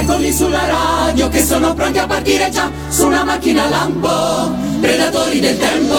Eccoli sulla radio che sono pronti a partire già su una macchina lampo, predatori del tempo.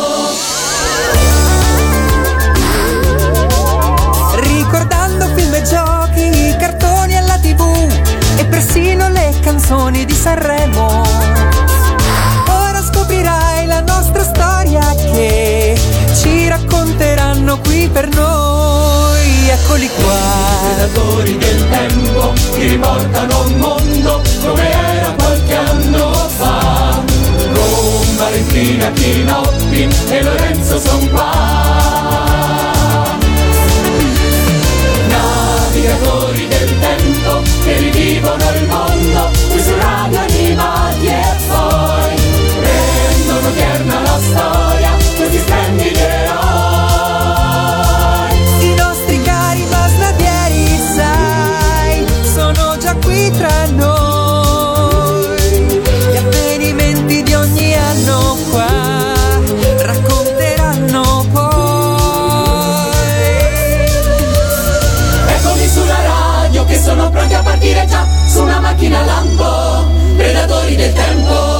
Ricordando film e giochi, cartoni alla TV e persino le canzoni di Sanremo. Ora scoprirai la nostra storia che ci racconteranno qui per noi. Eccoli qua, Predatori del tempo che riportano un mondo come era qualche anno fa. Con Valentina Chinotti e Lorenzo son qua. Navigatori del tempo che rivivono il mondo qui su Radio Animati e poi rendono tierna la storia questi splendidi eroi. i nostri cari masnadieri, sai, sono già qui tra noi. Gli avvenimenti di ogni anno qua racconteranno poi. Eccoli sulla radio che sono pronti a partire già su una macchina lampo, predatori del tempo.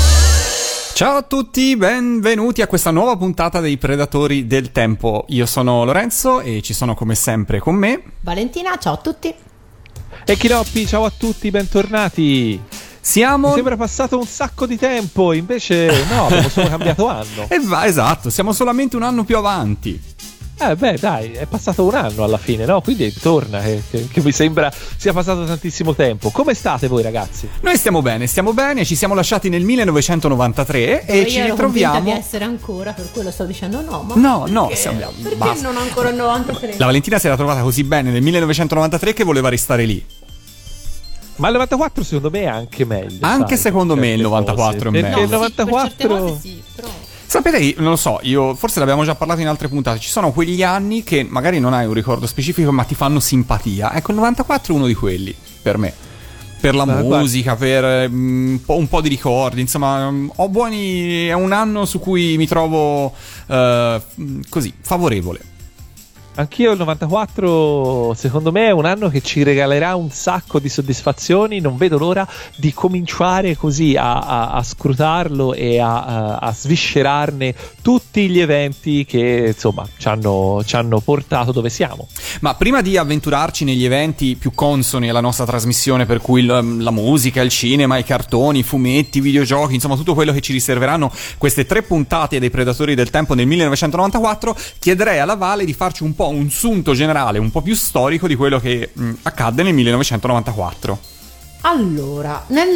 Ciao a tutti, benvenuti a questa nuova puntata dei Predatori del Tempo. Io sono Lorenzo e ci sono come sempre con me Valentina, ciao a tutti. E Chinoppi, ciao a tutti, bentornati. siamo... Mi sembra passato un sacco di tempo, invece no, abbiamo solo cambiato anno. Esatto, siamo solamente un anno più avanti. Beh, dai, è passato un anno alla fine, no? Quindi torna, che mi sembra sia passato tantissimo tempo. Come state voi, ragazzi? Noi stiamo bene, ci siamo lasciati nel 1993 e ci io ero ritroviamo... convinta di essere ancora, per quello sto dicendo no, ma No, perché? siamo... Perché basta. non ancora il 93? La Valentina si era trovata così bene nel 1993 che voleva restare lì. Ma il 94 secondo me è anche meglio. Anche sai, secondo me certe il 94 cose. è Perché meglio. il No, sì, per 94... certe cose sì, però... Sapete, non lo so, io forse l'abbiamo già parlato in altre puntate, ci sono quegli anni che magari non hai un ricordo specifico ma ti fanno simpatia. Ecco, il 94 è uno di quelli, per me. Per la musica, per un po' di ricordi, insomma, ho buoni... è un anno su cui mi trovo così, favorevole. Anch'io il 94 secondo me è un anno che ci regalerà un sacco di soddisfazioni. Non vedo l'ora di cominciare così a scrutarlo e a sviscerarne tutti gli eventi che insomma ci hanno portato dove siamo. Ma prima di avventurarci negli eventi più consoni alla nostra trasmissione, per cui la musica, il cinema, i cartoni, i fumetti, i videogiochi, insomma tutto quello che ci riserveranno queste 3 puntate dei Predatori del Tempo nel 1994, chiederei alla Vale di farci un po' un sunto generale, un po' più storico di quello che accadde nel 1994. Allora, nel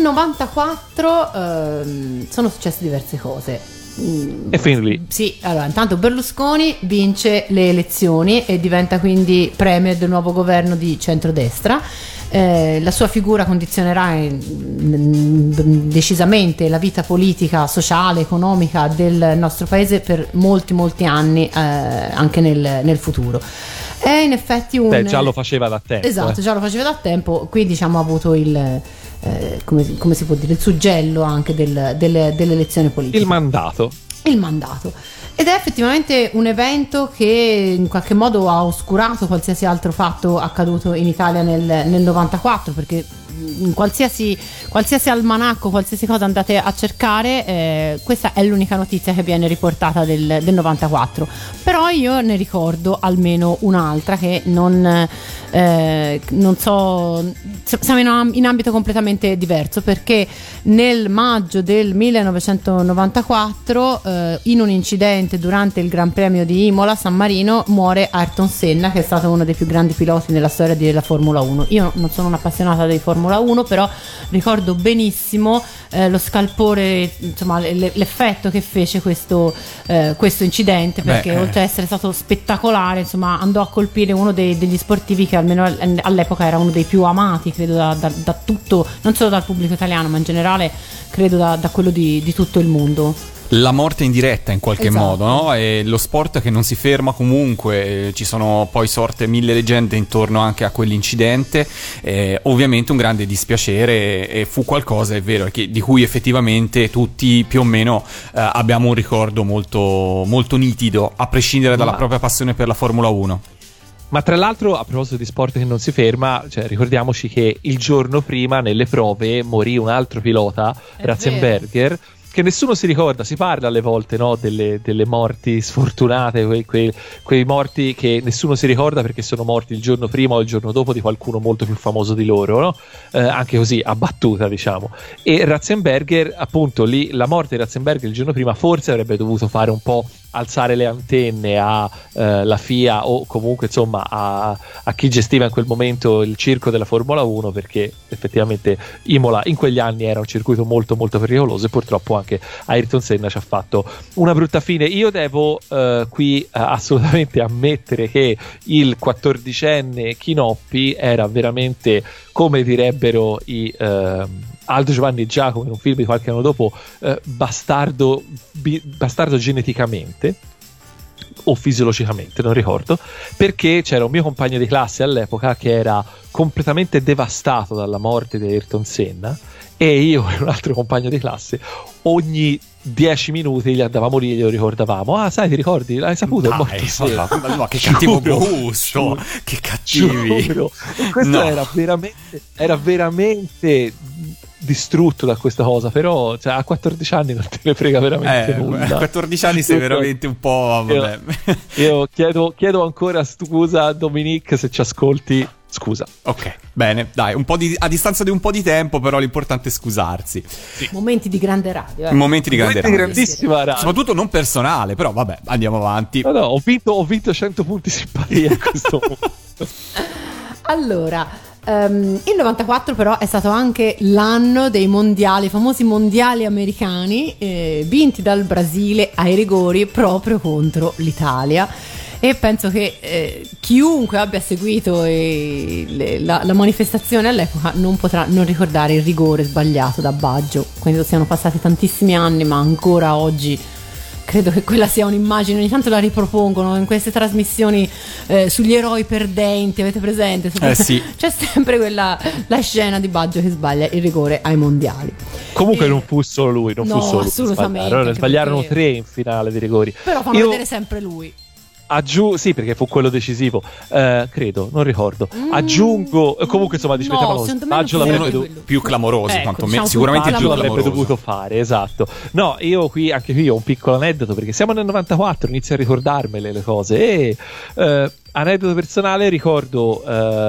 94 sono successe diverse cose. E fin lì. Sì, allora intanto Berlusconi vince le elezioni e diventa quindi premier del nuovo governo di centrodestra. La sua figura condizionerà decisamente la vita politica, sociale, economica del nostro paese per molti anni, anche nel futuro. È in effetti già lo faceva da tempo. Esatto, già lo faceva da tempo. Qui diciamo ha avuto il come si può dire, il suggello anche delle elezioni politiche. Il mandato. Ed è effettivamente un evento che in qualche modo ha oscurato qualsiasi altro fatto accaduto in Italia nel 94, perché in qualsiasi almanacco, qualsiasi cosa andate a cercare, questa è l'unica notizia che viene riportata del 94. Però io ne ricordo almeno un'altra che non so, siamo in ambito completamente diverso, perché nel maggio del 1994 in un incidente durante il Gran Premio di Imola San Marino muore Ayrton Senna, che è stato uno dei più grandi piloti nella storia della Formula 1. Io non sono un'appassionata di Formula 1, però ricordo benissimo lo scalpore, insomma l'effetto che fece questo incidente, perché oltre ad essere stato spettacolare, insomma andò a colpire uno degli sportivi che almeno all'epoca era uno dei più amati, credo da tutto, non solo dal pubblico italiano ma in generale credo da quello di tutto il mondo. La morte in diretta in qualche Esatto. modo, no? E lo sport che non si ferma comunque, ci sono poi sorte 1000 leggende intorno anche a quell'incidente, ovviamente un grande dispiacere, e fu qualcosa, è vero, di cui effettivamente tutti più o meno abbiamo un ricordo molto, molto nitido, a prescindere dalla propria passione per la Formula 1. Ma tra l'altro, a proposito di sport che non si ferma, cioè, ricordiamoci che il giorno prima nelle prove morì un altro pilota, Ratzenberger, che nessuno si ricorda. Si parla alle volte, no, delle morti sfortunate, quei morti che nessuno si ricorda perché sono morti il giorno prima o il giorno dopo di qualcuno molto più famoso di loro, no? Anche così a battuta, diciamo. E Ratzenberger, appunto, lì la morte di Ratzenberger il giorno prima forse avrebbe dovuto fare un po' alzare le antenne alla FIA o comunque insomma a chi gestiva in quel momento il circo della Formula 1, perché effettivamente Imola in quegli anni era un circuito molto molto pericoloso e purtroppo anche Ayrton Senna ci ha fatto una brutta fine. Io devo qui assolutamente ammettere che il 14enne Chinoppi era veramente, come direbbero i Aldo, Giovanni e Giacomo in un film di qualche anno dopo, bastardo geneticamente o fisiologicamente, non ricordo, perché c'era un mio compagno di classe all'epoca che era completamente devastato dalla morte di Ayrton Senna, e io e un altro compagno di classe ogni 10 minuti gli andavamo lì e glielo ricordavamo. Ah, sai, ti ricordi? L'hai saputo? Dai, è morto ma che cattivo gusto, che cattivi. Giuro. E questo era veramente distrutto da questa cosa, però cioè, a 14 anni non te ne frega veramente nulla. A 14 anni sei veramente un po', vabbè. Io chiedo ancora scusa a Dominique se ci ascolti. Scusa. Ok, bene, dai, a distanza di un po' di tempo, però l'importante è scusarsi. Sì. Momenti di grande radio. Momenti di grande radio. Grandissima radio. Soprattutto non personale, però vabbè, andiamo avanti. No, ho vinto 100 punti simpatia a questo punto. Allora, il 94 però è stato anche l'anno dei mondiali, i famosi mondiali americani, vinti dal Brasile ai rigori proprio contro l'Italia. E penso che chiunque abbia seguito la manifestazione all'epoca non potrà non ricordare il rigore sbagliato da Baggio. Quindi siano passati tantissimi anni, ma ancora oggi credo che quella sia un'immagine. Ogni tanto la ripropongono in queste trasmissioni sugli eroi perdenti, avete presente? Sì. C'è sempre la scena di Baggio che sbaglia il rigore ai mondiali. Comunque non fu solo lui, non fu solo assolutamente, lui. Sbagliarono 3 in finale di rigori. Però fanno vedere sempre lui. Sì, perché fu quello decisivo, credo, non ricordo. Aggiungo, comunque insomma, Baggio l'avrebbe più clamorosi, diciamo sicuramente più clamoroso. L'avrebbe dovuto fare, esatto. No, anche qui ho un piccolo aneddoto, perché siamo nel 94, inizio a ricordarmele le cose. E aneddoto personale, ricordo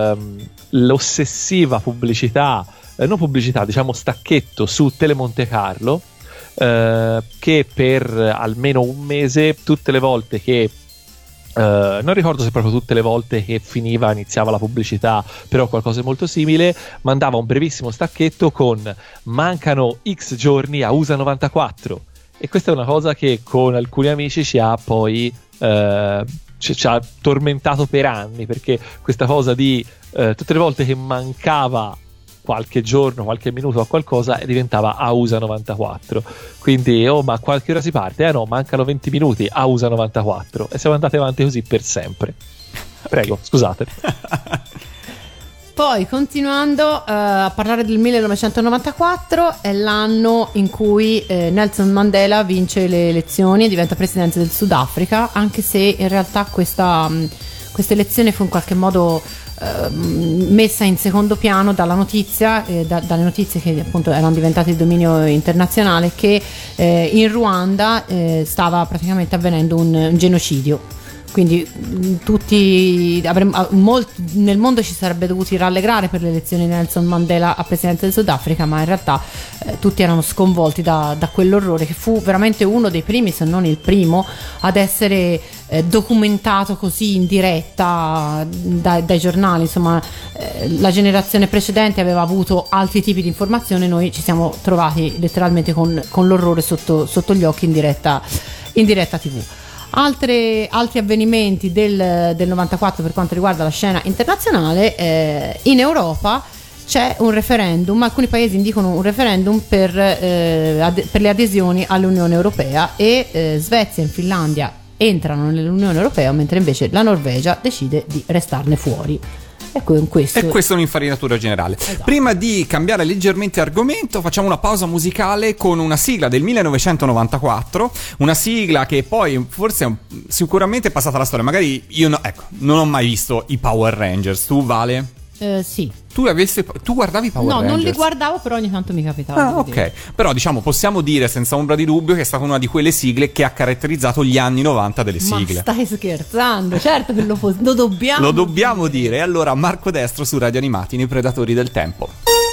l'ossessiva pubblicità, diciamo stacchetto su Telemonte Carlo, che per almeno un mese, tutte le volte che non ricordo se proprio tutte le volte che iniziava la pubblicità, però qualcosa di molto simile, mandava un brevissimo stacchetto con mancano X giorni a USA 94, e questa è una cosa che con alcuni amici ci ha poi ci ha tormentato per anni, perché questa cosa di tutte le volte che mancava qualche giorno, qualche minuto a qualcosa diventava a USA 94. Quindi, ma a qualche ora si parte? No, mancano 20 minuti a USA 94. E siamo andati avanti così per sempre. Prego, scusate. Poi, continuando a parlare del 1994, è l'anno in cui Nelson Mandela vince le elezioni e diventa presidente del Sudafrica, anche se in realtà questa elezione fu in qualche modo messa in secondo piano dalla notizia, dalle notizie che appunto erano diventate di dominio internazionale, che in Ruanda stava praticamente avvenendo un genocidio. Quindi nel mondo ci sarebbe dovuti rallegrare per le elezioni di Nelson Mandela a presidente del Sudafrica, ma in realtà tutti erano sconvolti da quell'orrore, che fu veramente uno dei primi, se non il primo, ad essere documentato così in diretta dai giornali. Insomma, la generazione precedente aveva avuto altri tipi di informazione, noi ci siamo trovati letteralmente con l'orrore sotto gli occhi in diretta TV. Altri avvenimenti del 94 per quanto riguarda la scena internazionale, in Europa c'è un referendum, alcuni paesi indicano un referendum per le adesioni all'Unione Europea, e Svezia e Finlandia entrano nell'Unione Europea, mentre invece la Norvegia decide di restarne fuori. E con questo. E questa è un'infarinatura generale. Esatto. Prima di cambiare leggermente argomento, facciamo una pausa musicale con una sigla del 1994, una sigla che poi forse sicuramente è passata alla storia. Magari io non ho mai visto i Power Rangers. Tu, Vale? Sì. Tu guardavi Power No, Rangers? non li guardavo, però ogni tanto mi capitava. Ah, ok. Però diciamo possiamo dire senza ombra di dubbio che è stata una di quelle sigle che ha caratterizzato gli anni 90 delle sigle. Ma stai scherzando? Certo che lo dobbiamo. Lo dobbiamo dire. E allora Marco Destro su Radio Animati nei Predatori del Tempo.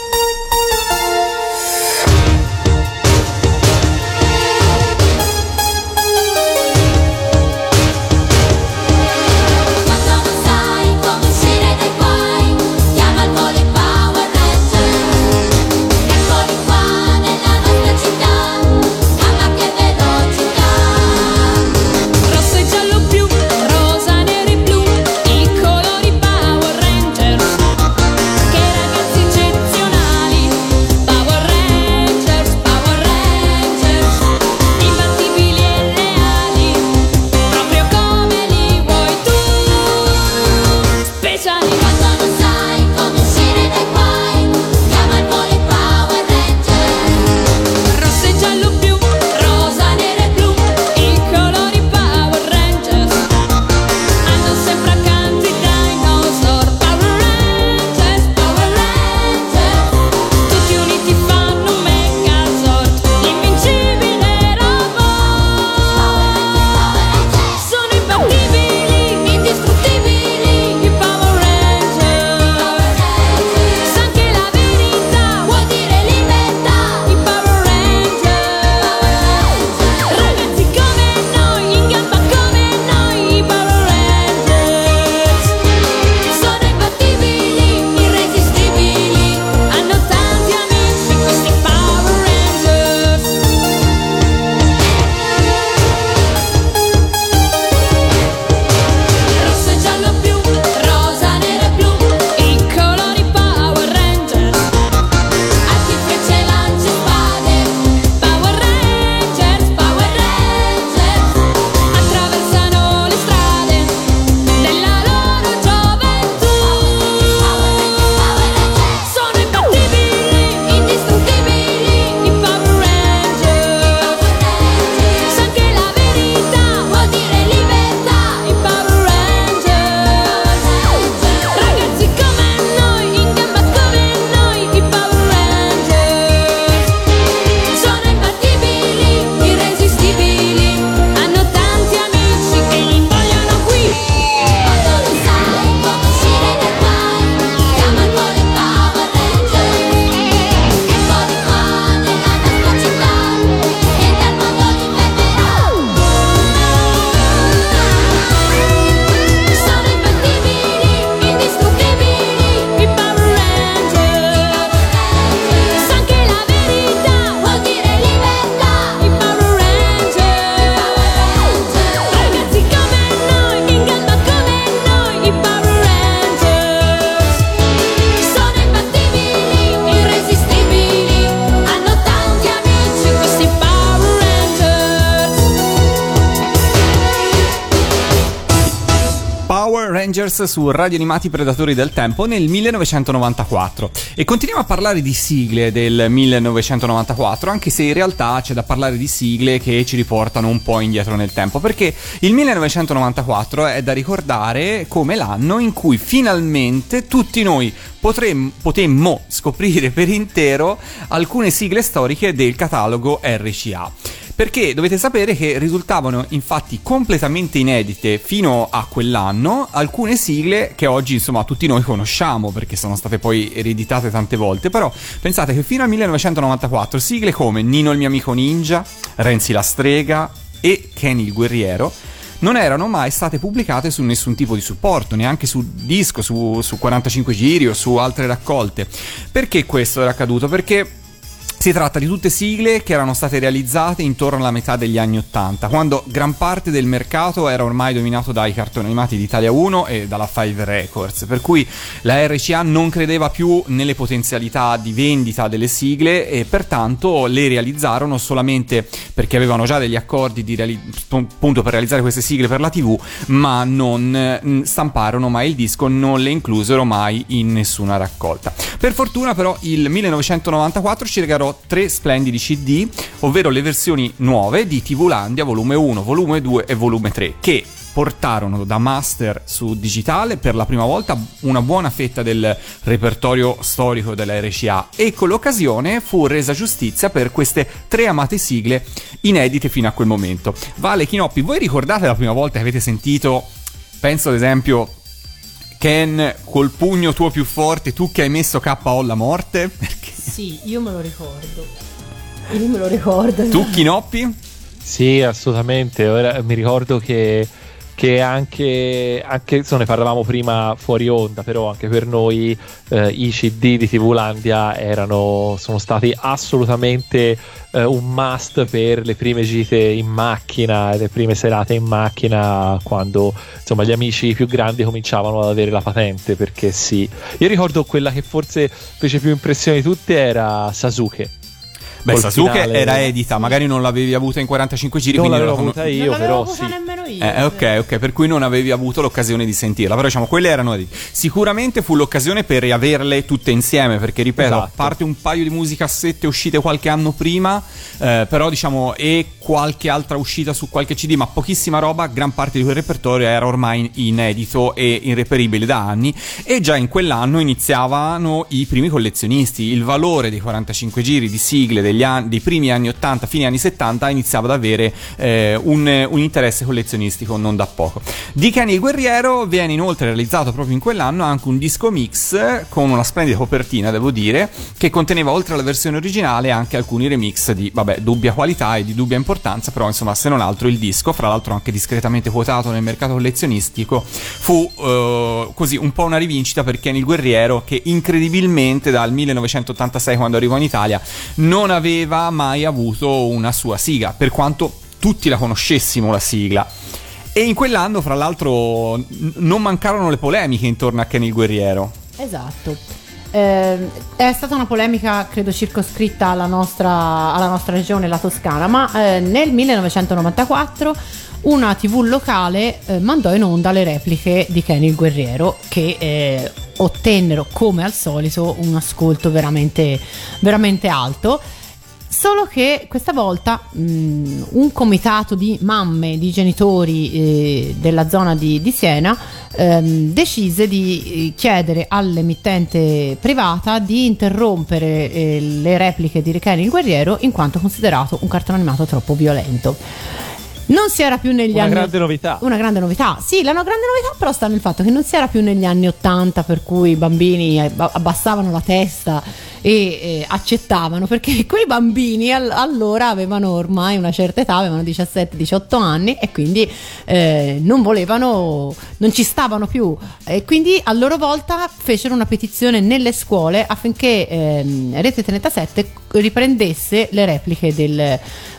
Rangers su Radio Animati Predatori del Tempo nel 1994 e continuiamo a parlare di sigle del 1994, anche se in realtà c'è da parlare di sigle che ci riportano un po' indietro nel tempo, perché il 1994 è da ricordare come l'anno in cui finalmente tutti noi potemmo scoprire per intero alcune sigle storiche del catalogo RCA. Perché dovete sapere che risultavano infatti completamente inedite fino a quell'anno alcune sigle che oggi insomma tutti noi conosciamo perché sono state poi rieditate tante volte, però pensate che fino al 1994 sigle come Nino il mio amico ninja, Renzi la strega e Kenny il guerriero non erano mai state pubblicate su nessun tipo di supporto, neanche su disco, su 45 giri o su altre raccolte. Perché questo era accaduto? Perché Si tratta di tutte sigle che erano state realizzate intorno alla metà degli anni 80, quando gran parte del mercato era ormai dominato dai cartoni animati di Italia 1 e dalla Five Records, per cui la RCA non credeva più nelle potenzialità di vendita delle sigle e pertanto le realizzarono solamente perché avevano già degli accordi appunto per realizzare queste sigle per la TV, ma non stamparono mai il disco, non le inclusero mai in nessuna raccolta. Per fortuna però il 1994 ci regalò 3 splendidi CD, ovvero le versioni nuove di TVlandia volume 1, volume 2 e volume 3, che portarono da master su digitale per la prima volta una buona fetta del repertorio storico della RCA, e con l'occasione fu resa giustizia per queste 3 amate sigle inedite fino a quel momento. Vale, Chinoppi, voi ricordate la prima volta che avete sentito, penso ad esempio Ken col pugno tuo più forte, tu che hai messo KO la morte? Perché... Sì, io me lo ricordo. Tu, Chinoppi? Sì, assolutamente. Ora mi ricordo che anche ne parlavamo prima fuori onda, però anche per noi i CD di TVlandia sono stati assolutamente un must per le prime gite in macchina, le prime serate in macchina, quando insomma gli amici più grandi cominciavano ad avere la patente, perché sì. Io ricordo quella che forse fece più impressione di tutte era Sasuke. Beh, Sasuke era edita, magari non l'avevi avuta in 45 giri, non quindi l'avevo avuta io, però sì. Nemmeno io. Ok, per cui non avevi avuto l'occasione di sentirla, però diciamo quelle erano edite. Sicuramente fu l'occasione per riaverle tutte insieme, perché ripeto, esatto, a parte un paio di musicassette uscite qualche anno prima, però diciamo, e qualche altra uscita su qualche CD, ma pochissima roba, gran parte di quel repertorio era ormai inedito e irreperibile da anni, e già in quell'anno iniziavano i primi collezionisti. Il valore dei 45 giri di sigle dei primi anni 80, fine anni 70, iniziava ad avere un interesse collezionistico non da poco. Di Kenny il Guerriero viene inoltre realizzato proprio in quell'anno anche un disco mix con una splendida copertina, devo dire, che conteneva oltre alla versione originale anche alcuni remix di dubbia qualità e di dubbia importanza, però insomma, se non altro il disco, fra l'altro anche discretamente quotato nel mercato collezionistico, fu così un po' una rivincita per Kenny il Guerriero, che incredibilmente dal 1986, quando arrivò in Italia, non aveva mai avuto una sua sigla, per quanto tutti la conoscessimo la sigla. E in quell'anno, fra l'altro, non mancarono le polemiche intorno a Kenny il Guerriero. Esatto. È stata una polemica, credo, circoscritta alla nostra regione, la Toscana, ma nel 1994 una TV locale mandò in onda le repliche di Kenny il Guerriero, che ottennero, come al solito, un ascolto veramente, veramente alto. Solo che questa volta un comitato di mamme, di genitori della zona di Siena decise di chiedere all'emittente privata di interrompere le repliche di Kenny il Guerriero, in quanto considerato un cartone animato troppo violento. Non si era più negli anni... Una grande novità. Sì, la grande novità però sta nel fatto che non si era più negli anni 80, per cui i bambini abbassavano la testa e accettavano, perché quei bambini allora avevano ormai una certa età, avevano 17-18 anni, e quindi non ci stavano più, e quindi a loro volta fecero una petizione nelle scuole affinché Rete 37 riprendesse le repliche del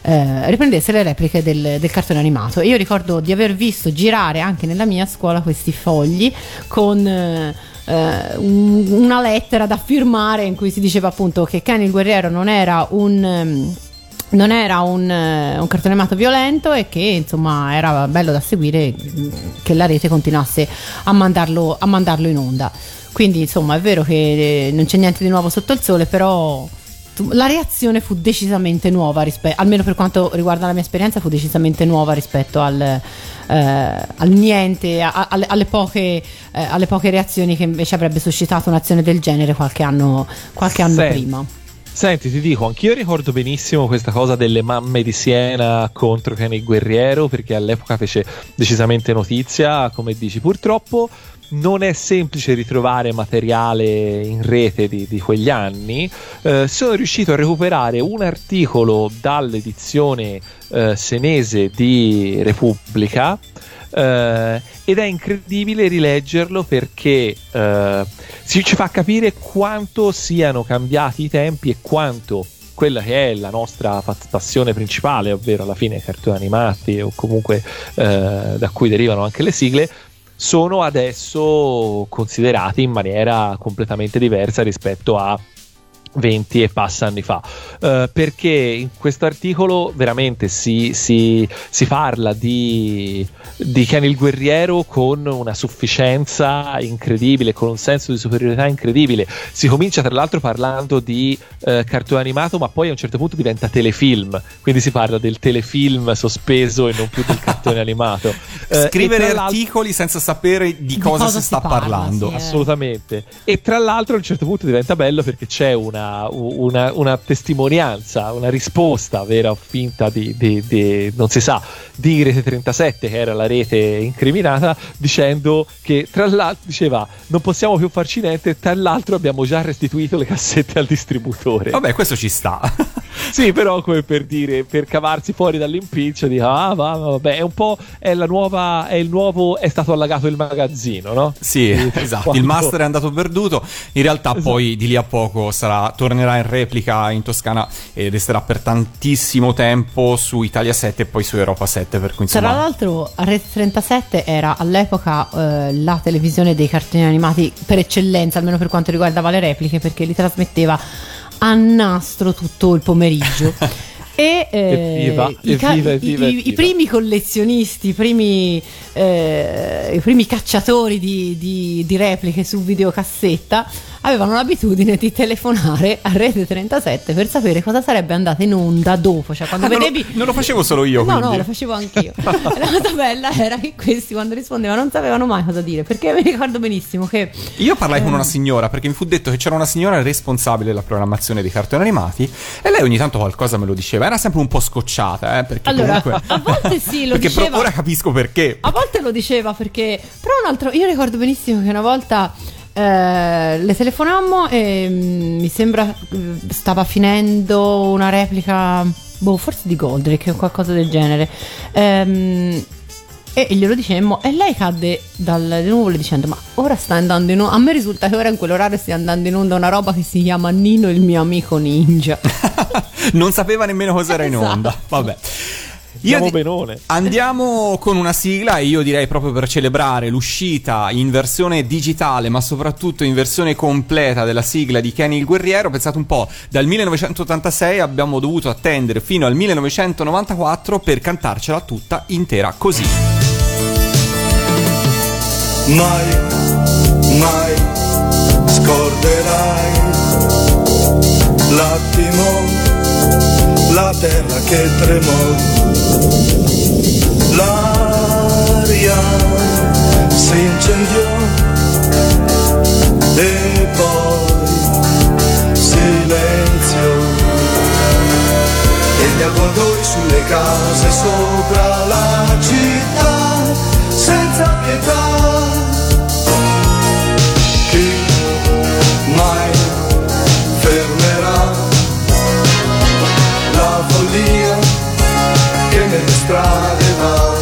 cartone animato. E io ricordo di aver visto girare anche nella mia scuola questi fogli con una lettera da firmare in cui si diceva appunto che Kenny il Guerriero non era un cartone animato violento, e che insomma era bello da seguire, che la rete continuasse a mandarlo in onda. Quindi insomma è vero che non c'è niente di nuovo sotto il sole, però la reazione fu decisamente nuova, almeno per quanto riguarda la mia esperienza, fu decisamente nuova rispetto al niente, alle poche reazioni che invece avrebbe suscitato un'azione del genere qualche anno prima. Senti, ti dico, anch'io ricordo benissimo questa cosa delle mamme di Siena contro Kenny il Guerriero, perché all'epoca fece decisamente notizia, come dici. Purtroppo non è semplice ritrovare materiale in rete di quegli anni. Sono riuscito a recuperare un articolo dall'edizione senese di Repubblica, ed è incredibile rileggerlo, perché ci fa capire quanto siano cambiati i tempi e quanto quella che è la nostra passione principale, ovvero alla fine cartoni animati o comunque da cui derivano anche le sigle, sono adesso considerati in maniera completamente diversa rispetto a 20 e passa anni fa, perché in questo articolo veramente si parla di Ken il guerriero con una sufficienza incredibile, con un senso di superiorità incredibile. Si comincia tra l'altro parlando di cartone animato, ma poi a un certo punto diventa telefilm, quindi si parla del telefilm sospeso e non più del cartone animato. Scrivere articoli senza sapere di cosa si sta parlando. Sì, assolutamente. E tra l'altro a un certo punto diventa bello perché c'è una testimonianza, una risposta vera o finta di non si sa, di Rete 37, che era la rete incriminata, dicendo che tra l'altro diceva non possiamo più farci niente, tra l'altro abbiamo già restituito le cassette al distributore. Vabbè, questo ci sta. Sì, però come per dire, per cavarsi fuori dall'impiccio, dico vabbè, è un po' è il nuovo è stato allagato il magazzino, no? Sì, esatto, il master è andato perduto. In realtà poi di lì a poco tornerà in replica in Toscana e resterà per tantissimo tempo su Italia 7 e poi su Europa 7, per cui insomma... Tra l'altro Rete 37 era all'epoca la televisione dei cartoni animati per eccellenza, almeno per quanto riguardava le repliche, perché li trasmetteva a nastro tutto il pomeriggio. E i primi collezionisti, i primi cacciatori di repliche su videocassetta avevano l'abitudine di telefonare a Rete 37 per sapere cosa sarebbe andata in onda dopo, cioè quando vedevi... non lo facevo solo io, no, quindi. No, lo facevo anch'io. La cosa bella era che questi quando rispondevano non sapevano mai cosa dire, perché mi ricordo benissimo che io parlai con una signora, perché mi fu detto che c'era una signora responsabile della programmazione dei cartoni animati e lei ogni tanto qualcosa me lo diceva, era sempre un po' scocciata, perché allora, comunque... a volte sì, lo perché diceva, ora capisco perché. a volte lo diceva perché, però un altro, io ricordo benissimo che una volta le telefonammo e mi sembra stava finendo una replica, forse di Goldrake o qualcosa del genere, e glielo dicemmo e lei cadde dalle nuvole dicendo ma ora sta andando in onda, a me risulta che ora in quell'orario stia andando in onda una roba che si chiama Nino il mio amico ninja. Non sapeva nemmeno cos'era in onda. Esatto. Vabbè, benone. Andiamo con una sigla e io direi proprio per celebrare l'uscita in versione digitale ma soprattutto in versione completa della sigla di Ken il guerriero. Pensate un po', dal 1986 abbiamo dovuto attendere fino al 1994 per cantarcela tutta intera così. Mai, mai scorderai l'attimo, la terra che tremò, l'aria si incendiò e poi silenzio e gli avvoltoi sulle case sopra la città senza pietà. Chi mai fermerà la follia che nelle strade va?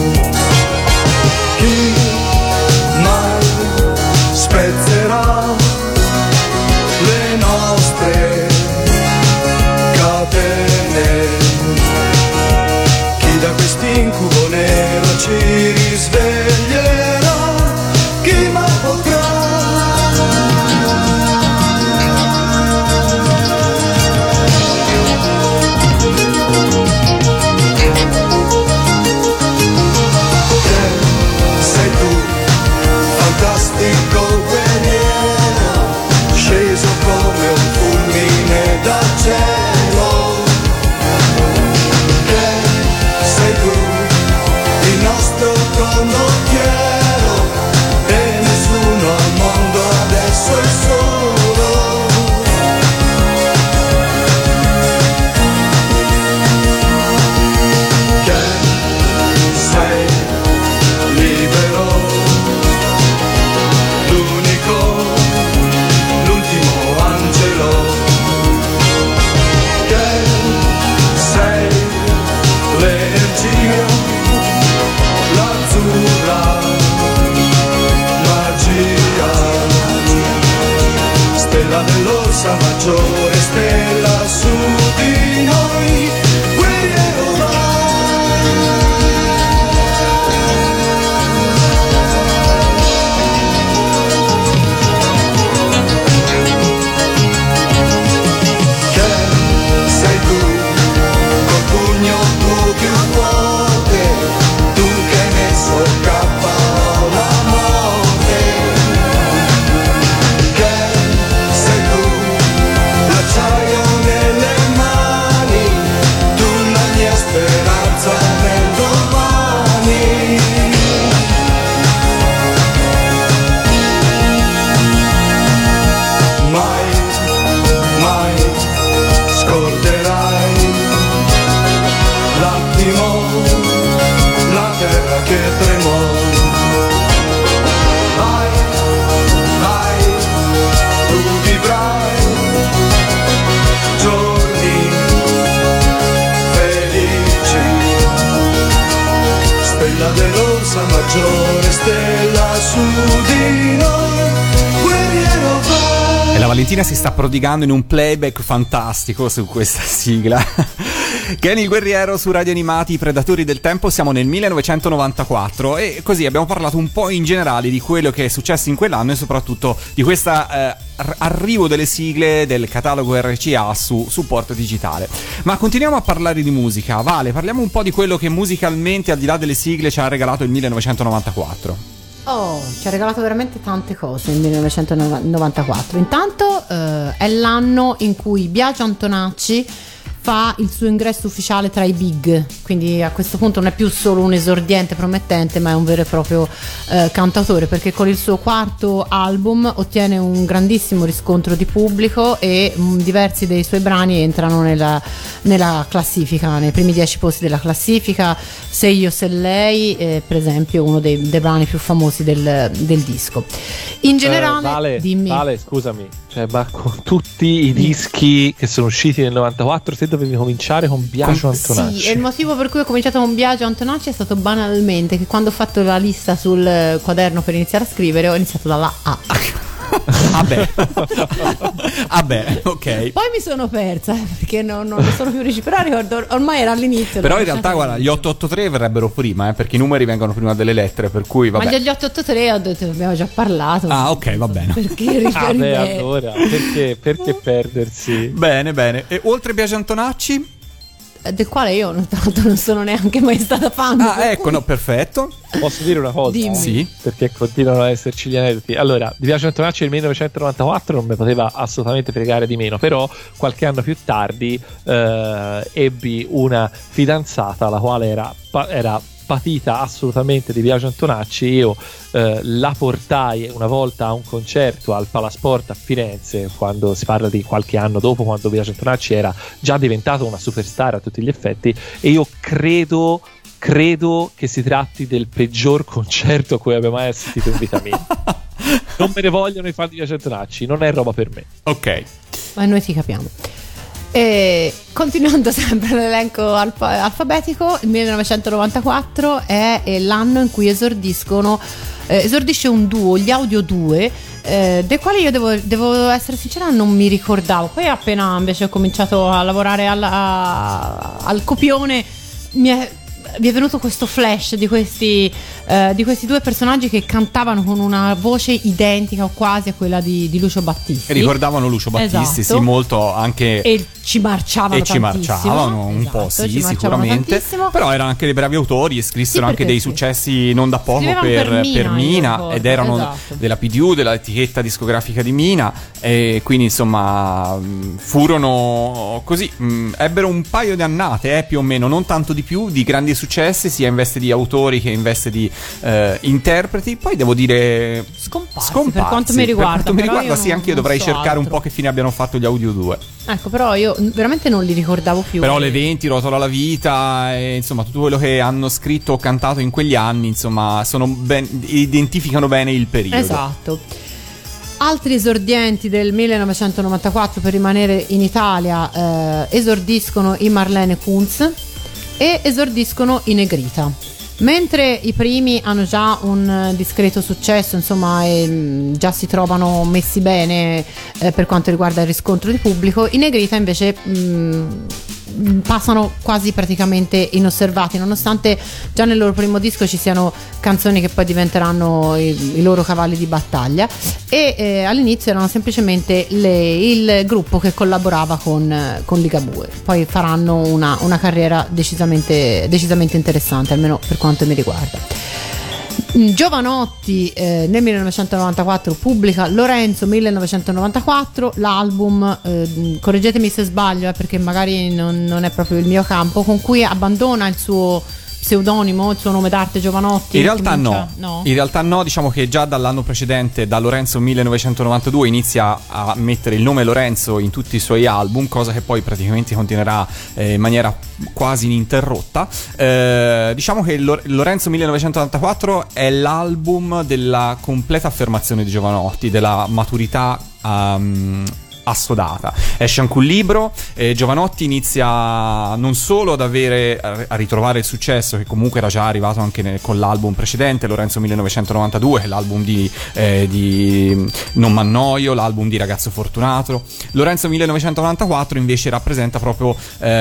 Chi mai spezzerà le nostre catene? Chi da quest'incubo nero ci risveglierà? dell'Orsa Maggiore, stella su di noi, guerriero vai. Che sei tu, col pugno tu più forte, tu che hai messo il capo alla morte. Che sei tu, l'acciaio nelle mani, tu la mia speranza nel domani. Mai, mai scorderai l'attimo, la terra che tremò. Vai, vai, tu vivrai giorni felici. Stella dell'Orsa Maggiore, stella su di noi, guerriero vai. E la Valentina si sta prodigando in un playback fantastico su questa sigla. Kenny il guerriero su Radio Animati, i Predatori del Tempo. Siamo nel 1994 e così abbiamo parlato un po' in generale di quello che è successo in quell'anno e soprattutto di questa arrivo delle sigle del catalogo RCA su supporto digitale. Ma continuiamo a parlare di musica. Vale, parliamo un po' di quello che musicalmente, al di là delle sigle, ci ha regalato il 1994. Oh, ci ha regalato veramente tante cose nel 1994. Intanto è l'anno in cui Biagio Antonacci fa il suo ingresso ufficiale tra i big, quindi a questo punto non è più solo un esordiente promettente, ma è un vero e proprio cantautore, perché con il suo quarto album ottiene un grandissimo riscontro di pubblico e diversi dei suoi brani entrano nella classifica, nei primi 10 posti della classifica. Se io se lei, per esempio, uno dei brani più famosi del disco. In generale, dimmi. Vale, scusami, cioè, ma con tutti i dischi che sono usciti nel 94 te dovevi cominciare con Biagio Antonacci. Sì, e il motivo per cui ho cominciato con Biagio Antonacci è stato banalmente che quando ho fatto la lista sul quaderno per iniziare a scrivere ho iniziato dalla A. Vabbè, ok. Poi mi sono persa perché non sono più riuscita, però ricordo ormai era all'inizio. Però in realtà guarda, gli 883 verrebbero prima, perché i numeri vengono prima delle lettere, per cui vabbè. Ma gli 883 ho detto, abbiamo già parlato. Ah, ok, va bene. Perché allora, perché perdersi? Bene. E oltre Biagio Antonacci? Del quale io tra l'altro non sono neanche mai stata fan. Ah, ecco, no, perfetto. Posso dire una cosa? Dimmi. Sì. Perché continuano ad esserci gli aneddoti. Allora, di Biagio Antonacci nel 1994 non mi poteva assolutamente fregare di meno, però qualche anno più tardi ebbi una fidanzata la quale era patita assolutamente di Biagio Antonacci. Io la portai una volta a un concerto al Palasport a Firenze, quando si parla di qualche anno dopo, quando Biagio Antonacci era già diventato una superstar a tutti gli effetti, e io credo che si tratti del peggior concerto a cui abbia mai assistito in vita mia. Non me ne vogliono i fan di Biagio Antonacci, non è roba per me. Ok. Ma noi ti capiamo. E continuando sempre l'elenco alfabetico, il 1994 è l'anno in cui esordisce un duo, gli Audio 2, dei quali io devo essere sincera, non mi ricordavo. Poi appena invece ho cominciato a lavorare al copione mi è venuto questo flash di questi due personaggi che cantavano con una voce identica o quasi a quella di Lucio Battisti. E ricordavano Lucio Battisti, esatto. Sì, molto anche. E ci marciavano un esatto, po', sì, sicuramente. Tantissimo. Però erano anche dei bravi autori e scrissero anche dei successi non da poco per Mina, ed erano esatto. della PDU, dell'etichetta discografica di Mina, e quindi insomma furono così, ebbero un paio di annate, più o meno, non tanto di più, di grandi successi, sia in veste di autori che in veste di interpreti. Poi devo dire scomparsi per quanto mi riguarda, sì, anche io dovrei cercare un po' che fine abbiano fatto gli Audio 2. Ecco, però io veramente non li ricordavo più. Però le 20, Rotola la vita, e insomma tutto quello che hanno scritto o cantato in quegli anni, insomma, identificano bene il periodo. Esatto. Altri esordienti del 1994, per rimanere in Italia, esordiscono i Marlene Kunz e esordiscono i Negrita. Mentre i primi hanno già un discreto successo, insomma, e già si trovano messi bene per quanto riguarda il riscontro di pubblico, i Negrita invece passano quasi praticamente inosservati, nonostante già nel loro primo disco ci siano canzoni che poi diventeranno i loro cavalli di battaglia, e all'inizio erano semplicemente il gruppo che collaborava con Ligabue. Poi faranno una carriera decisamente interessante, almeno per quanto mi riguarda. Giovanotti nel 1994 pubblica Lorenzo 1994, l'album, correggetemi se sbaglio perché magari non è proprio il mio campo, con cui abbandona il suo pseudonimo, il suo nome d'arte Giovanotti. In realtà no, diciamo che già dall'anno precedente, da Lorenzo 1992, inizia a mettere il nome Lorenzo in tutti i suoi album, cosa che poi praticamente continuerà in maniera quasi ininterrotta. Diciamo che Lorenzo 1994 è l'album della completa affermazione di Giovanotti, della maturità assodata. Esce anche un libro, Giovanotti inizia non solo ad a ritrovare il successo che comunque era già arrivato anche con l'album precedente, Lorenzo 1992, che è l'album di Non m'annoio, l'album di Ragazzo Fortunato. Lorenzo 1994 invece rappresenta proprio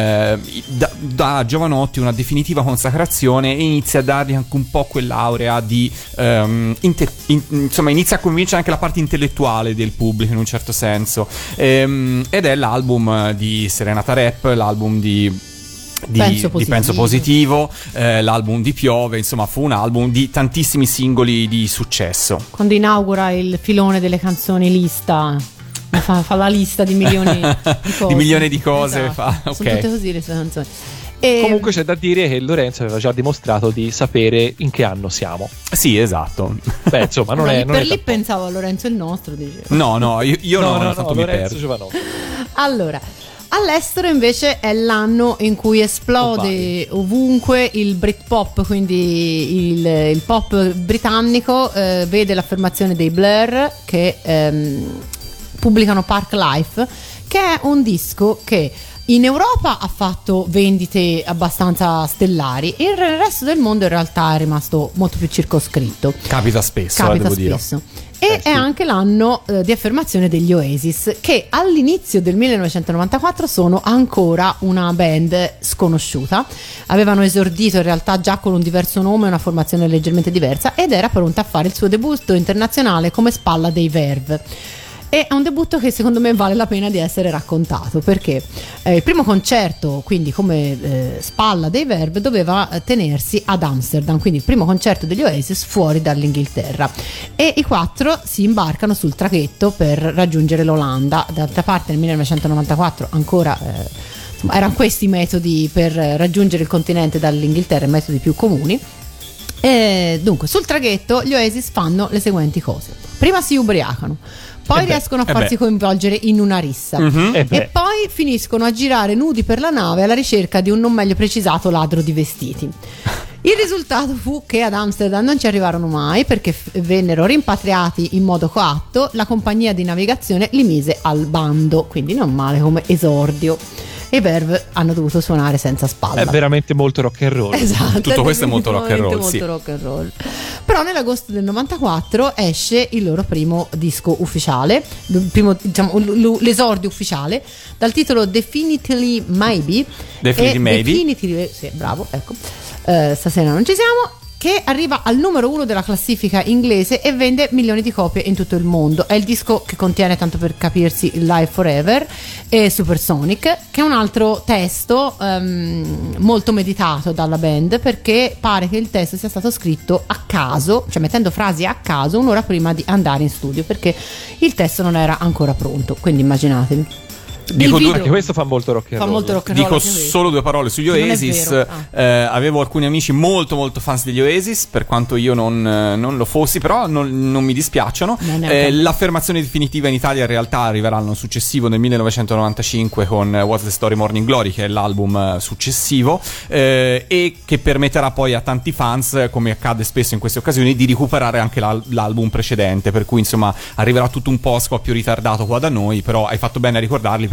da Giovanotti una definitiva consacrazione, e inizia a dargli anche un po' quell'aurea di insomma, inizia a convincere anche la parte intellettuale del pubblico in un certo senso. Ed è l'album di Serenata Rap, l'album di Penso Positivo, l'album di Piove, insomma fu un album di tantissimi singoli di successo. Quando inaugura il filone delle canzoni lista, fa la lista di milioni di cose. Di milioni di cose, esatto. Sono tutte così le sue canzoni. Comunque c'è da dire che Lorenzo aveva già dimostrato di sapere in che anno siamo. Sì, esatto. Beh, insomma, non è lì pensavo a Lorenzo il nostro, dicevo. No, io no, tanto mi Lorenzo perdo. Giovanotti. Allora, all'estero invece è l'anno in cui esplode ovunque il Britpop, quindi il pop britannico, vede l'affermazione dei Blur che pubblicano Park Life, che è un disco che in Europa ha fatto vendite abbastanza stellari, il resto del mondo in realtà è rimasto molto più circoscritto. Capita spesso, devo dire. E è anche l'anno di affermazione degli Oasis, che all'inizio del 1994 sono ancora una band sconosciuta. Avevano esordito in realtà già con un diverso nome, una formazione leggermente diversa, ed era pronta a fare il suo debutto internazionale come spalla dei Verve. E è un debutto che secondo me vale la pena di essere raccontato, perché il primo concerto, quindi come spalla dei Verve, doveva tenersi ad Amsterdam, quindi il primo concerto degli Oasis fuori dall'Inghilterra, e i quattro si imbarcano sul traghetto per raggiungere l'Olanda. D'altra parte nel 1994 ancora erano questi i metodi per raggiungere il continente dall'Inghilterra, i metodi più comuni. Dunque sul traghetto gli Oasis fanno le seguenti cose: prima si ubriacano, poi riescono a farsi coinvolgere in una rissa, e poi finiscono a girare nudi per la nave alla ricerca di un non meglio precisato ladro di vestiti. Il risultato fu che ad Amsterdam non ci arrivarono mai, perché vennero rimpatriati in modo coatto, la compagnia di navigazione li mise al bando, quindi non male come esordio. E i Verve hanno dovuto suonare senza spalla. È veramente molto rock and roll. Esatto, tutto questo è molto rock and roll, molto rock and roll. Però nell'agosto del 94 esce il loro primo disco ufficiale, l'esordio ufficiale, dal titolo Definitely Maybe. Sì, bravo, ecco. Stasera non ci siamo. Che arriva al numero 1 della classifica inglese e vende milioni di copie in tutto il mondo. È il disco che contiene, tanto per capirsi, Live Forever e Supersonic, che è un altro testo molto meditato dalla band, perché pare che il testo sia stato scritto a caso, cioè mettendo frasi a caso un'ora prima di andare in studio, perché il testo non era ancora pronto, quindi immaginatevi. Dico anche questo fa molto rock and roll. Dico solo due parole sugli Oasis. Avevo alcuni amici molto molto fans degli Oasis, per quanto io non lo fossi, però non mi dispiacciono. L'affermazione definitiva in Italia in realtà arriverà l'anno successivo, nel 1995, con What's the Story Morning Glory, che è l'album successivo, e che permetterà poi a tanti fans, come accade spesso in queste occasioni, di recuperare anche l'album precedente, per cui insomma arriverà tutto un po' a scoppio ritardato qua da noi, però hai fatto bene a ricordarli,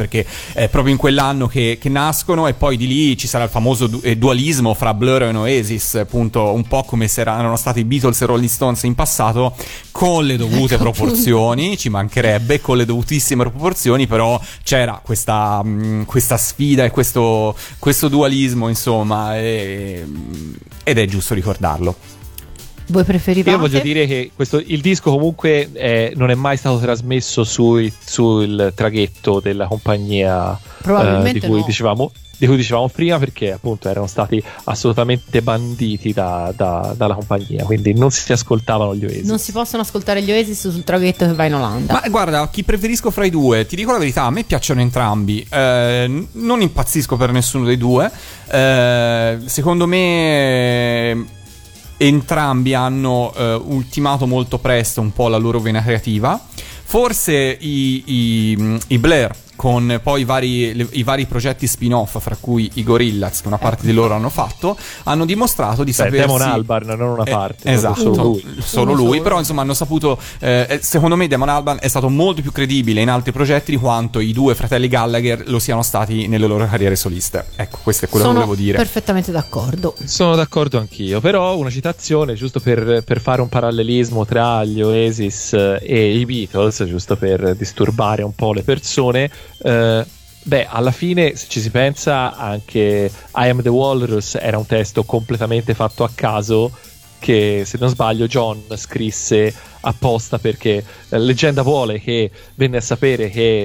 perché è proprio in quell'anno che nascono, e poi di lì ci sarà il famoso dualismo fra Blur e Oasis, appunto un po' come se erano stati i Beatles e Rolling Stones in passato, con le dovute proporzioni, ci mancherebbe, con le dovutissime proporzioni, però c'era questa sfida e questo dualismo, insomma, ed è giusto ricordarlo. Voi preferivate? Io voglio dire che il disco comunque non è mai stato trasmesso sul traghetto della compagnia Probabilmente di cui no. dicevamo prima, perché appunto erano stati assolutamente banditi dalla compagnia, quindi non si ascoltavano gli Oasis. Non si possono ascoltare gli Oasis sul traghetto che va in Olanda. Ma guarda, chi preferisco fra i due, ti dico la verità, a me piacciono entrambi, non impazzisco per nessuno dei due, secondo me entrambi hanno ultimato molto presto un po' la loro vena creativa. Forse i Blair, con poi i vari progetti spin-off, fra cui i Gorillaz, che una parte di loro hanno fatto, hanno dimostrato di sapersi... Damon Albarn, non una parte. Esatto, solo lui. solo. Però insomma hanno saputo... secondo me Damon Albarn è stato molto più credibile in altri progetti di quanto i due fratelli Gallagher lo siano stati nelle loro carriere soliste. Ecco, questo è quello che volevo dire. Sono perfettamente d'accordo. Sono d'accordo anch'io, però una citazione, giusto per fare un parallelismo tra gli Oasis e i Beatles, giusto per disturbare un po' le persone. Alla fine, se ci si pensa, anche I Am the Walrus era un testo completamente fatto a caso, che se non sbaglio John scrisse apposta, perché leggenda vuole che venne a sapere che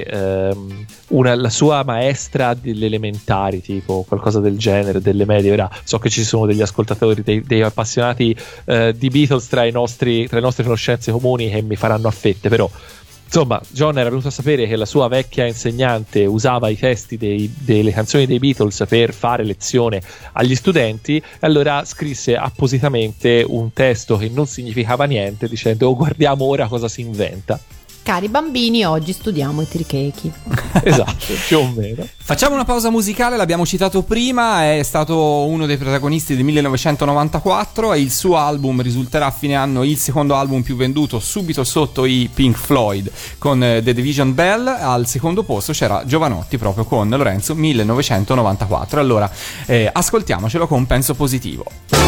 la sua maestra delle elementari, tipo qualcosa del genere, delle medie, ora so che ci sono degli ascoltatori, dei appassionati di Beatles tra le nostre conoscenze comuni che mi faranno a fette, però insomma, John era venuto a sapere che la sua vecchia insegnante usava i testi delle canzoni dei Beatles per fare lezione agli studenti, e allora scrisse appositamente un testo che non significava niente, dicendo: guardiamo ora cosa si inventa. Cari bambini, oggi studiamo i trichechi. Esatto, più o meno. Facciamo una pausa musicale, l'abbiamo citato prima, è stato uno dei protagonisti del 1994 e il suo album risulterà a fine anno il secondo album più venduto, subito sotto i Pink Floyd con The Division Bell. Al secondo posto c'era Giovanotti proprio con Lorenzo 1994. Allora ascoltiamocelo con Penso Positivo.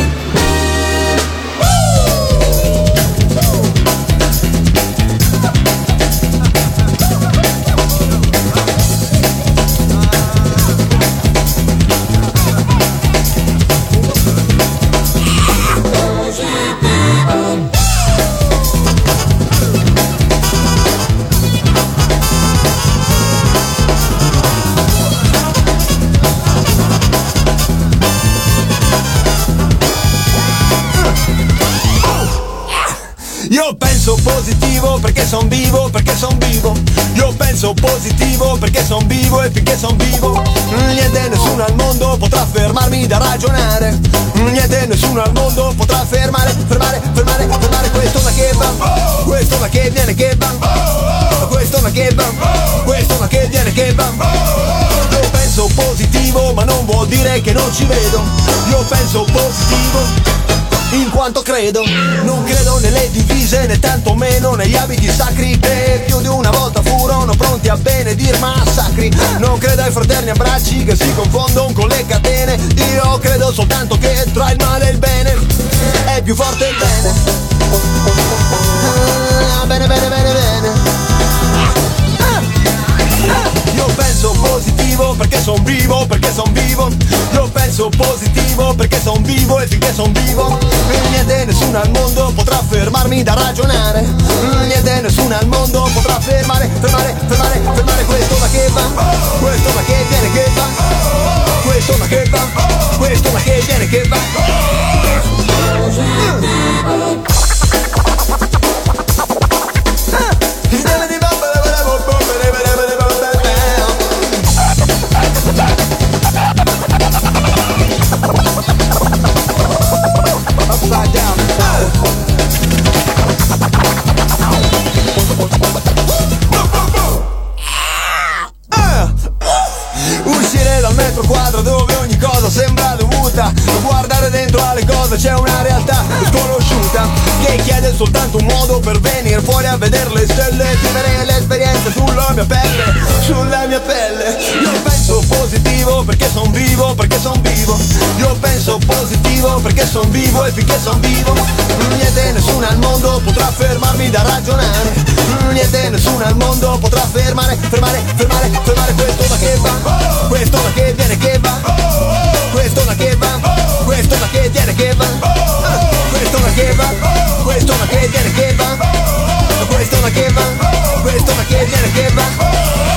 Io penso positivo perché son vivo, Io penso positivo perché son vivo e finché son vivo niente, nessuno al mondo potrà fermarmi da ragionare. Niente, nessuno al mondo potrà fermare questo ma che va, questo ma che viene che va, questo ma che va, questo ma che viene che va. Io penso positivo ma non vuol dire che non ci vedo. Io penso positivo in quanto credo, non credo nelle divise né tantomeno negli abiti sacri che più di una volta furono pronti a benedir massacri. Non credo ai fraterni abbracci che si confondono con le catene. Io credo soltanto che tra il male e il bene è più forte il bene. Bene, bene, bene, bene. Io penso positivo perché son vivo, Io penso positivo perché son vivo e finché son vivo niente, nessuno al mondo potrà fermarmi da ragionare. Niente, nessuno al mondo potrà fermare questo ma che va, questo ma che viene che va, questo ma che va, questo ma che viene che va. Upside down. Uscire dal metro quadro dove ogni cosa sembra dovuta. Non guardare dentro alle cose, c'è una realtà sconosciuta che chiede soltanto un modo per venire fuori a vedere le stelle. Vivere l'esperienza sulla mia pelle. Io penso positivo perché son vivo, Io penso positivo perché son vivo e finché son vivo niente, nessuno al mondo potrà fermarmi da ragionare. Niente, nessuno al mondo potrà fermare questo da che va, questo da che viene che va, questo da che va, questo da che viene che va, questo da che va, questo da che viene che va, questo da che va, questo da che viene che va.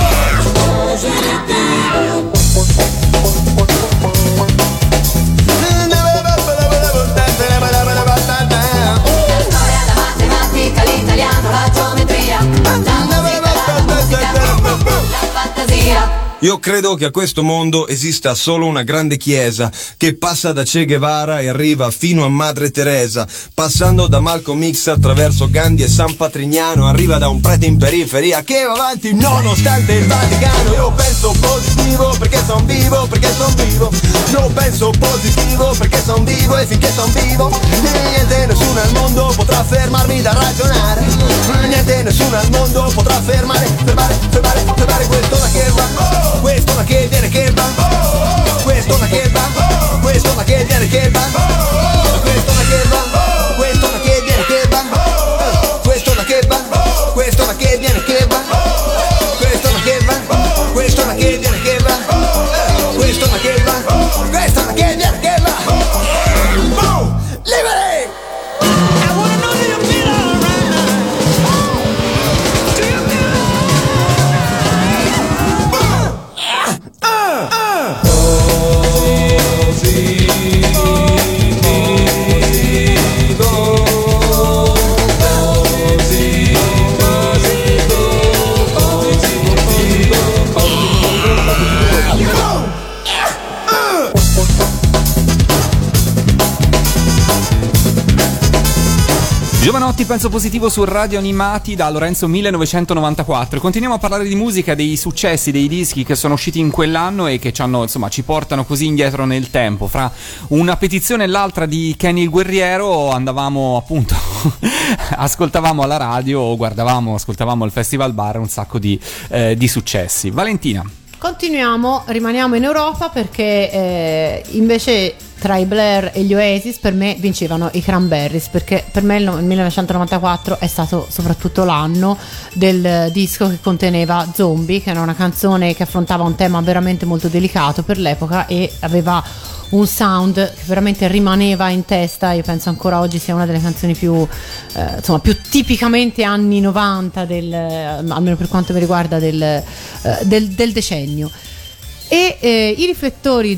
L'italiano, la geometria, la musica, la fantasia. Io credo che a questo mondo esista solo una grande chiesa che passa da Che Guevara e arriva fino a Madre Teresa, passando da Malcolm X attraverso Gandhi e San Patrignano, arriva da un prete in periferia che va avanti nonostante il Vaticano. Io penso positivo perché son vivo, Io penso positivo perché son vivo e finché son vivo niente, nessuno al mondo potrà fermarmi da ragionare. Niente, nessuno al mondo potrà fermare questo da che va. Questo da che viene che va, questo da che va, questo da che viene che va, questo da che va, questo da che viene che va, questo da che va, questo da che viene che va, questo da che va, questo da che viene che va, questo da che va, questo da che viene che va. Liberi! Giovanotti, penso positivo su Radio Animati da Lorenzo 1994. Continuiamo a parlare di musica, dei successi, dei dischi che sono usciti in quell'anno e che ci portano così indietro nel tempo. Fra una petizione e l'altra di Kenny il Guerriero andavamo appunto ascoltavamo alla radio o ascoltavamo al Festival Bar un sacco di successi. Valentina. Rimaniamo in Europa perché invece tra i Blair e gli Oasis per me vincevano i Cranberries, perché per me il 1994 è stato soprattutto l'anno del disco che conteneva Zombie, che era una canzone che affrontava un tema veramente molto delicato per l'epoca e aveva un sound che veramente rimaneva in testa. Io penso ancora oggi sia una delle canzoni più tipicamente anni 90 almeno per quanto mi riguarda del decennio. E i riflettori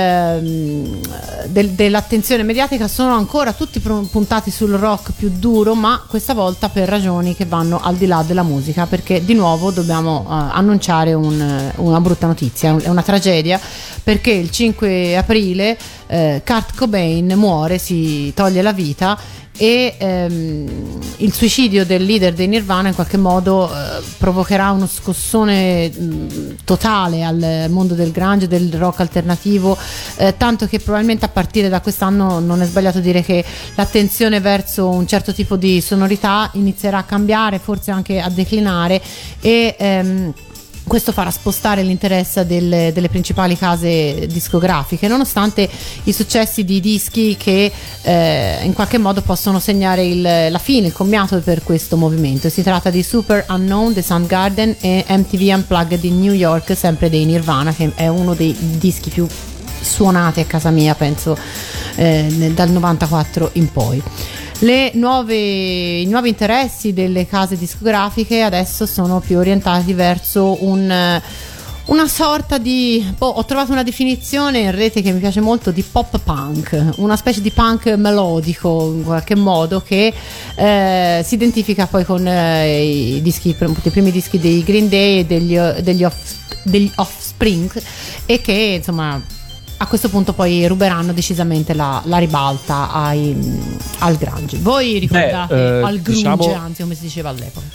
dell'attenzione mediatica sono ancora tutti puntati sul rock più duro, ma questa volta per ragioni che vanno al di là della musica, perché di nuovo dobbiamo annunciare una brutta notizia, è una tragedia, perché il 5 aprile Kurt Cobain muore, si toglie la vita, e il suicidio del leader dei Nirvana in qualche modo provocherà uno scossone totale al mondo del grunge, del rock alternativo, tanto che probabilmente a partire da quest'anno non è sbagliato dire che l'attenzione verso un certo tipo di sonorità inizierà a cambiare, forse anche a declinare, e questo farà spostare l'interesse delle principali case discografiche, nonostante i successi di dischi che in qualche modo possono segnare la fine, il commiato per questo movimento. Si tratta di Super Unknown dei Soundgarden e MTV Unplugged in New York, sempre dei Nirvana, che è uno dei dischi più suonati a casa mia, penso dal 94 in poi. I nuovi interessi delle case discografiche adesso sono più orientati verso una sorta di ho trovato una definizione in rete che mi piace molto, di pop punk, una specie di punk melodico in qualche modo, che si identifica poi con i primi dischi dei Green Day e degli Offspring, e che insomma a questo punto poi ruberanno decisamente la ribalta al grunge. Voi ricordate al grunge, anzi come si diceva all'epoca?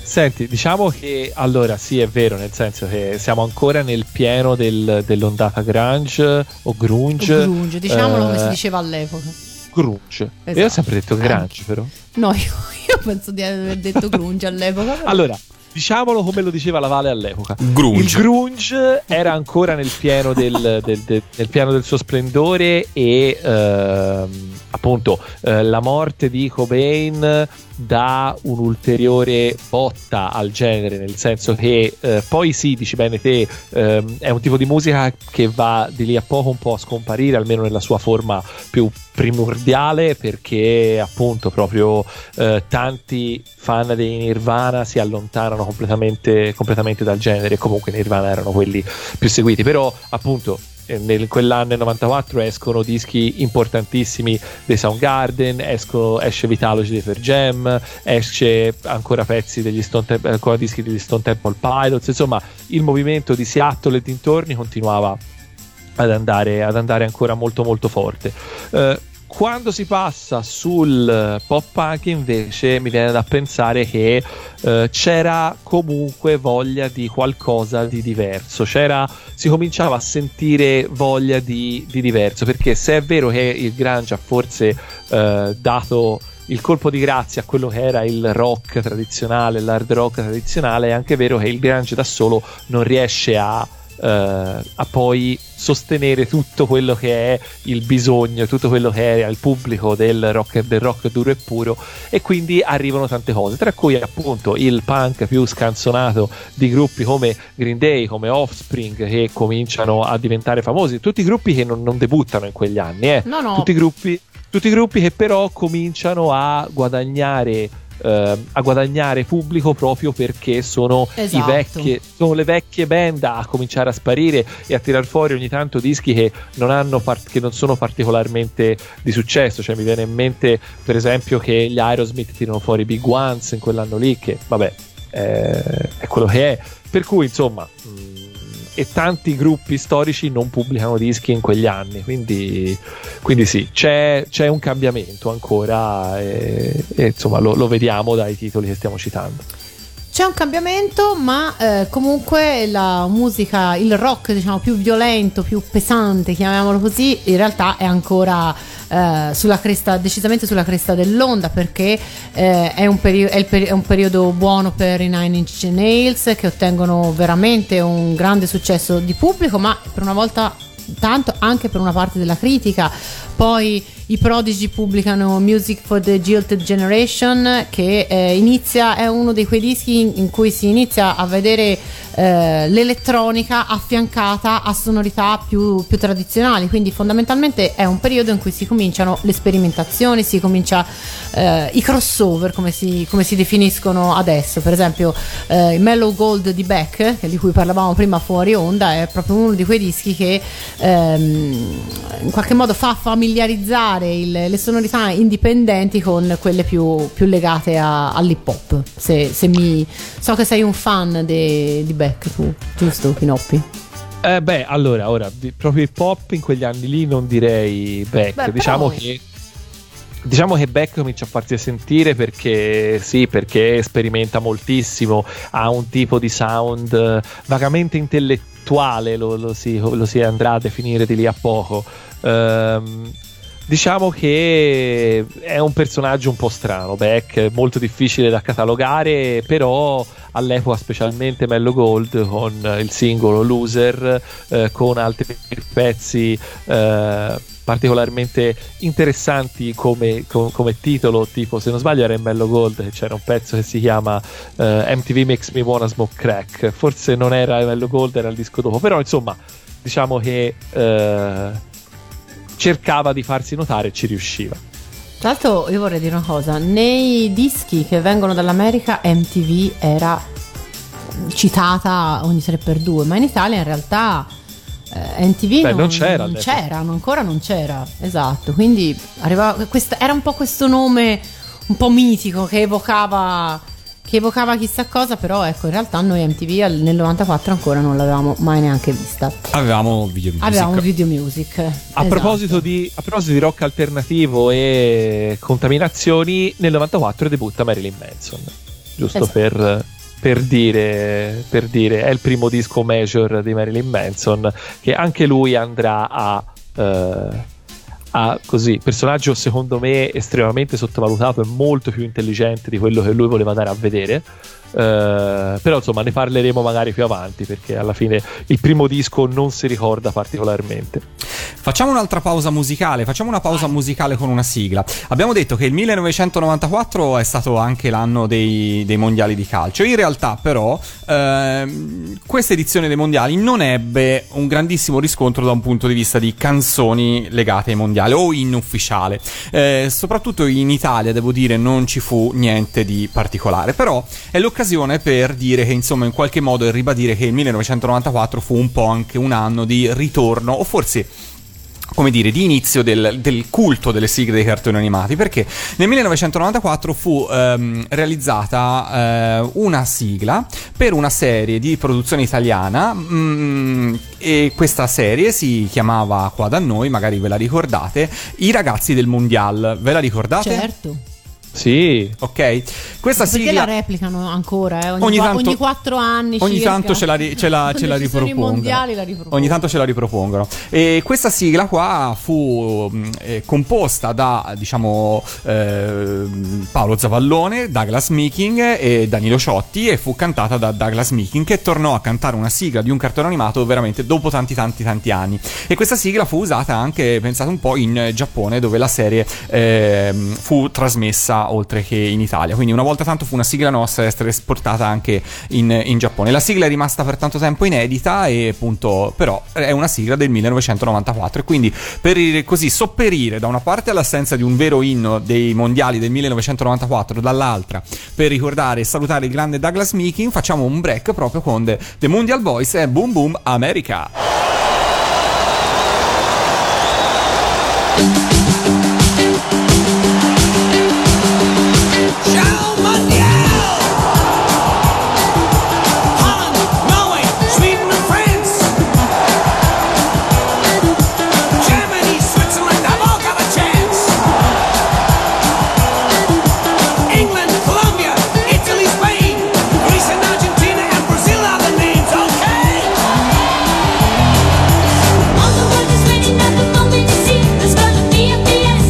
Senti, diciamo che allora sì, è vero, nel senso che siamo ancora nel pieno dell'ondata grunge o grunge. Grunge, diciamolo come si diceva all'epoca. Grunge. Esatto. Io ho sempre detto grunge, però. No, io penso di aver detto grunge all'epoca. Però. Allora, diciamolo come lo diceva la Vale all'epoca. Grunge. Il grunge era ancora nel pieno nel pieno del suo splendore e appunto la morte di Cobain dà un'ulteriore botta al genere, nel senso che poi sì, dici bene te, è un tipo di musica che va di lì a poco un po' a scomparire, almeno nella sua forma più primordiale, perché appunto proprio tanti fan dei Nirvana si allontanano completamente dal genere. Comunque Nirvana erano quelli più seguiti, però appunto in quell'anno, nel 94, escono dischi importantissimi dei Soundgarden, esce Vitalogy dei Pearl Jam, esce ancora pezzi degli ancora dischi degli Stone Temple Pilots. Insomma, il movimento di Seattle e dintorni continuava ad andare ancora molto molto forte. Quando si passa sul pop punk invece mi viene da pensare che c'era comunque voglia di qualcosa di diverso, si cominciava a sentire voglia di diverso, perché se è vero che il grunge ha forse dato il colpo di grazia a quello che era il rock tradizionale, l'hard rock tradizionale, è anche vero che il grunge da solo non riesce a poi sostenere tutto quello che è il bisogno, tutto quello che è il pubblico del rock duro e puro, e quindi arrivano tante cose, tra cui appunto il punk più scanzonato di gruppi come Green Day, come Offspring, che cominciano a diventare famosi, tutti gruppi che non debuttano in quegli anni, No. tutti gruppi che però cominciano a guadagnare pubblico proprio perché sono Esatto. sono le vecchie band a cominciare a sparire e a tirar fuori ogni tanto dischi che non sono particolarmente di successo. Cioè mi viene in mente per esempio che gli Aerosmith tirano fuori Big Ones in quell'anno lì, che vabbè è quello che è, per cui insomma e tanti gruppi storici non pubblicano dischi in quegli anni, quindi sì, c'è un cambiamento ancora e insomma lo vediamo dai titoli che stiamo citando. C'è un cambiamento, ma comunque la musica, il rock diciamo più violento, più pesante, chiamiamolo così, in realtà è ancora decisamente sulla cresta dell'onda, perché è un periodo buono per i Nine Inch Nails, che ottengono veramente un grande successo di pubblico, ma per una volta tanto anche per una parte della critica. Poi i Prodigy pubblicano Music for the Jilted Generation, che è uno di quei dischi in cui si inizia a vedere l'elettronica affiancata a sonorità più tradizionali, quindi fondamentalmente è un periodo in cui si cominciano le sperimentazioni, si comincia i crossover come si definiscono adesso. Per esempio Mellow Gold di Beck, di cui parlavamo prima fuori onda, è proprio uno di quei dischi che in qualche modo fa familiarizzare le sonorità indipendenti con quelle più legate all'hip hop. So che sei un fan di Beck, tu, giusto Pinoppi? Beh, allora ora proprio hip hop in quegli anni lì non direi Beck. Beh, diciamo che Beck comincia a farsi sentire perché sperimenta moltissimo, ha un tipo di sound vagamente intellettuale, lo si andrà a definire di lì a poco. Diciamo che è un personaggio un po' strano, Beck, molto difficile da catalogare, però all'epoca, specialmente Mellow Gold con il singolo Loser, con altri pezzi particolarmente interessanti come titolo, tipo, se non sbaglio era in Mellow Gold, c'era un pezzo che si chiama MTV Makes Me Wanna Smoke Crack, forse non era Mellow Gold, era il disco dopo, però insomma diciamo che cercava di farsi notare e ci riusciva. Tra l'altro io vorrei dire una cosa: nei dischi che vengono dall'America MTV era citata ogni 3x2, ma in Italia in realtà MTV non c'era, ancora non c'era, esatto, quindi era un po' questo nome un po' mitico che evocava chissà cosa, però ecco, in realtà noi MTV nel 94 ancora non l'avevamo mai neanche vista. Avevamo Video Music. A proposito di rock alternativo e contaminazioni, nel 94 debutta Marilyn Manson, giusto, esatto, per dire, è il primo disco major di Marilyn Manson, che anche lui andrà a così, personaggio secondo me estremamente sottovalutato e molto più intelligente di quello che lui voleva dare a vedere. Però insomma ne parleremo magari più avanti, perché alla fine il primo disco non si ricorda particolarmente. Facciamo un'altra pausa musicale, facciamo una pausa musicale con una sigla. Abbiamo detto che il 1994 è stato anche l'anno dei mondiali di calcio. In realtà però questa edizione dei mondiali non ebbe un grandissimo riscontro da un punto di vista di canzoni legate ai mondiali o in ufficiale. Soprattutto in Italia, devo dire, non ci fu niente di particolare, però è l'occasione per dire che insomma in qualche modo e ribadire che il 1994 fu un po' anche un anno di ritorno, o forse come dire di inizio del culto delle sigle dei cartoni animati, perché nel 1994 fu realizzata una sigla per una serie di produzione italiana, e questa serie si chiamava qua da noi, magari ve la ricordate, I ragazzi del Mondial. Ve la ricordate? Certo. Sì. Ok. Questa perché sigla la replicano ancora, ogni 4 anni ogni circa. tanto ce la ripropongono. Sono i mondiali, la ripropongono. Ogni tanto ce la ripropongono. E questa sigla qua fu composta da, diciamo, Paolo Zavallone, Douglas Meeking e Danilo Ciotti, e fu cantata da Douglas Meeking, che tornò a cantare una sigla di un cartone animato veramente dopo tanti anni. E questa sigla fu usata anche, pensate un po', in Giappone, dove la serie fu trasmessa oltre che in Italia. Quindi una volta tanto fu una sigla nostra ad essere esportata anche in Giappone. La sigla è rimasta per tanto tempo inedita, e appunto però è una sigla del 1994, e quindi per così sopperire da una parte all'assenza di un vero inno dei mondiali del 1994, dall'altra per ricordare e salutare il grande Douglas Meeking, facciamo un break proprio con The Mondial Boys e Boom Boom America. All the world is waiting at the moment to see the start of the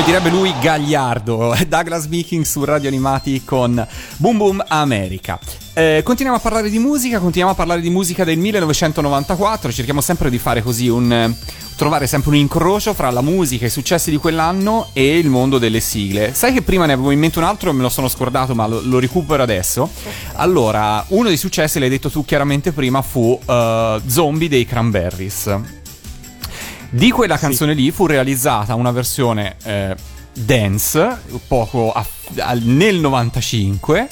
Come direbbe lui, gagliardo. Douglas Viking su Radio Animati con Boom Boom America. Continuiamo a parlare di musica del 1994. Cerchiamo sempre di fare così trovare sempre un incrocio fra la musica e i successi di quell'anno e il mondo delle sigle. Sai che prima ne avevo in mente un altro e me lo sono scordato, ma lo recupero adesso. Allora, uno dei successi, l'hai detto tu chiaramente prima, fu Zombie dei Cranberries. Di quella canzone lì fu realizzata una versione dance nel 95,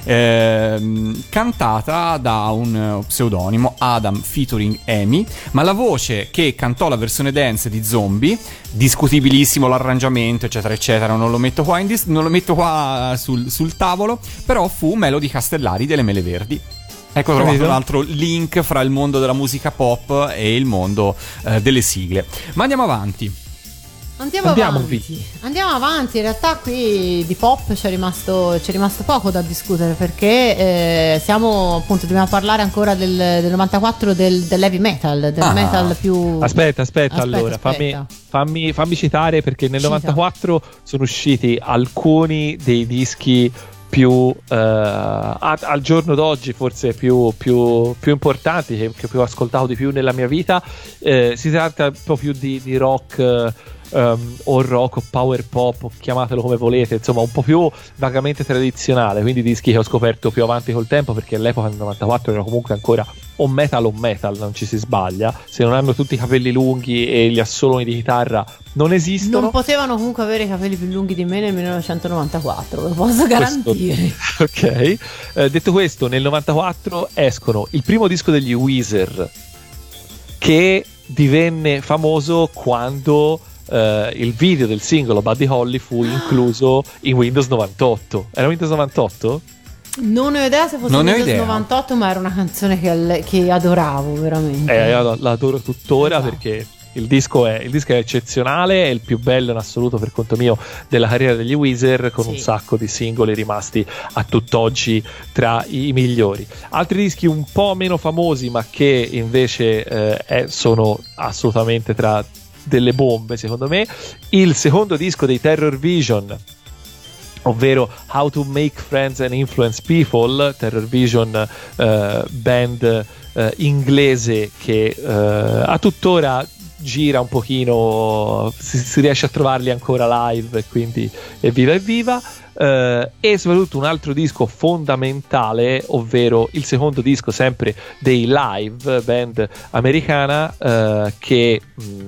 cantata da un pseudonimo, Adam featuring Amy, ma la voce che cantò la versione dance di Zombie, discutibilissimo l'arrangiamento eccetera eccetera, non lo metto qua sul tavolo, però fu Melody Castellari delle Mele Verdi. Ecco, ho trovato un altro link fra il mondo della musica pop e il mondo delle sigle. Ma andiamo avanti. Andiamo avanti. In realtà qui di pop c'è rimasto poco da discutere, perché dobbiamo parlare ancora del 94 dell'heavy metal, metal più... Aspetta, allora fammi citare, perché nel 94 sono usciti alcuni dei dischi più al giorno d'oggi forse più importanti, che più ho ascoltato di più nella mia vita. Si tratta un po' più di rock, o rock o power pop, o chiamatelo come volete, insomma un po' più vagamente tradizionale, quindi dischi che ho scoperto più avanti col tempo, perché all'epoca nel 94 era comunque ancora o metal, non ci si sbaglia. Se non hanno tutti i capelli lunghi e gli assoloni di chitarra non esistono. Non potevano comunque avere i capelli più lunghi di me nel 1994, ve lo posso garantire. Ok, detto questo, nel 94 escono il primo disco degli Weezer, che divenne famoso quando il video del singolo Buddy Holly fu incluso in Windows 98. Era Windows 98? Non ho idea se fosse Windows 98, ma era una canzone che adoravo veramente. Io la adoro tuttora, esatto. Perché il disco è eccezionale, è il più bello in assoluto per conto mio della carriera degli Weezer, con un sacco di singoli rimasti a tutt'oggi tra i migliori. Altri dischi un po' meno famosi, ma che invece sono assolutamente tra delle bombe secondo me: il secondo disco dei Terror Vision, ovvero How to Make Friends and Influence People. Terror Vision, band inglese che a tuttora gira un pochino, si riesce a trovarli ancora live, e quindi evviva. E soprattutto un altro disco fondamentale, ovvero il secondo disco sempre dei Live, band americana, che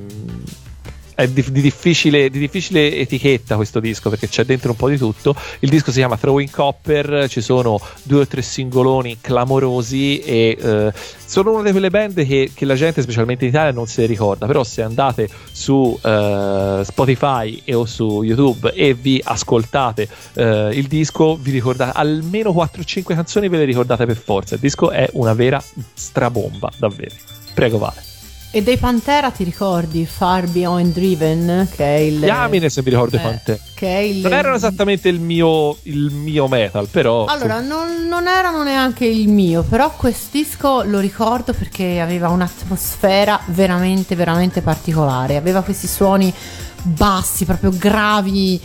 è di difficile etichetta questo disco, perché c'è dentro un po' di tutto. Il disco si chiama Throwing Copper, ci sono 2 o 3 singoloni clamorosi, e sono una di quelle band che la gente, specialmente in Italia, non se le ricorda. Però se andate su Spotify o su YouTube e vi ascoltate il disco, vi ricordate almeno 4-5 canzoni, ve le ricordate per forza. Il disco è una vera strabomba, davvero. Prego, Vale. E dei Pantera ti ricordi Far Beyond Driven, che è il Diamine se mi ricordo i Pantera, che è il... non erano esattamente il mio metal, però allora non erano neanche il mio, però questo disco lo ricordo perché aveva un'atmosfera veramente veramente particolare, aveva questi suoni bassi, proprio gravi,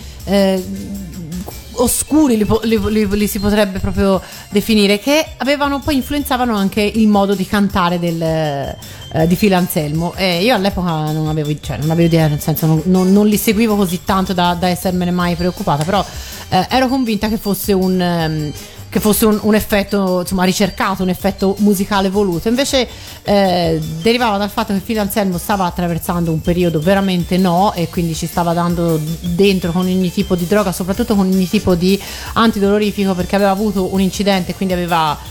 oscuri li si potrebbe proprio definire, che poi influenzavano anche il modo di cantare di Phil Anselmo. E io all'epoca non avevo idea, nel senso non li seguivo così tanto da essermene mai preoccupata, però ero convinta che fosse un effetto, insomma, ricercato, un effetto musicale voluto. Invece derivava dal fatto che Phil Anselmo stava attraversando un periodo veramente e quindi ci stava dando dentro con ogni tipo di droga, soprattutto con ogni tipo di antidolorifico, perché aveva avuto un incidente, quindi aveva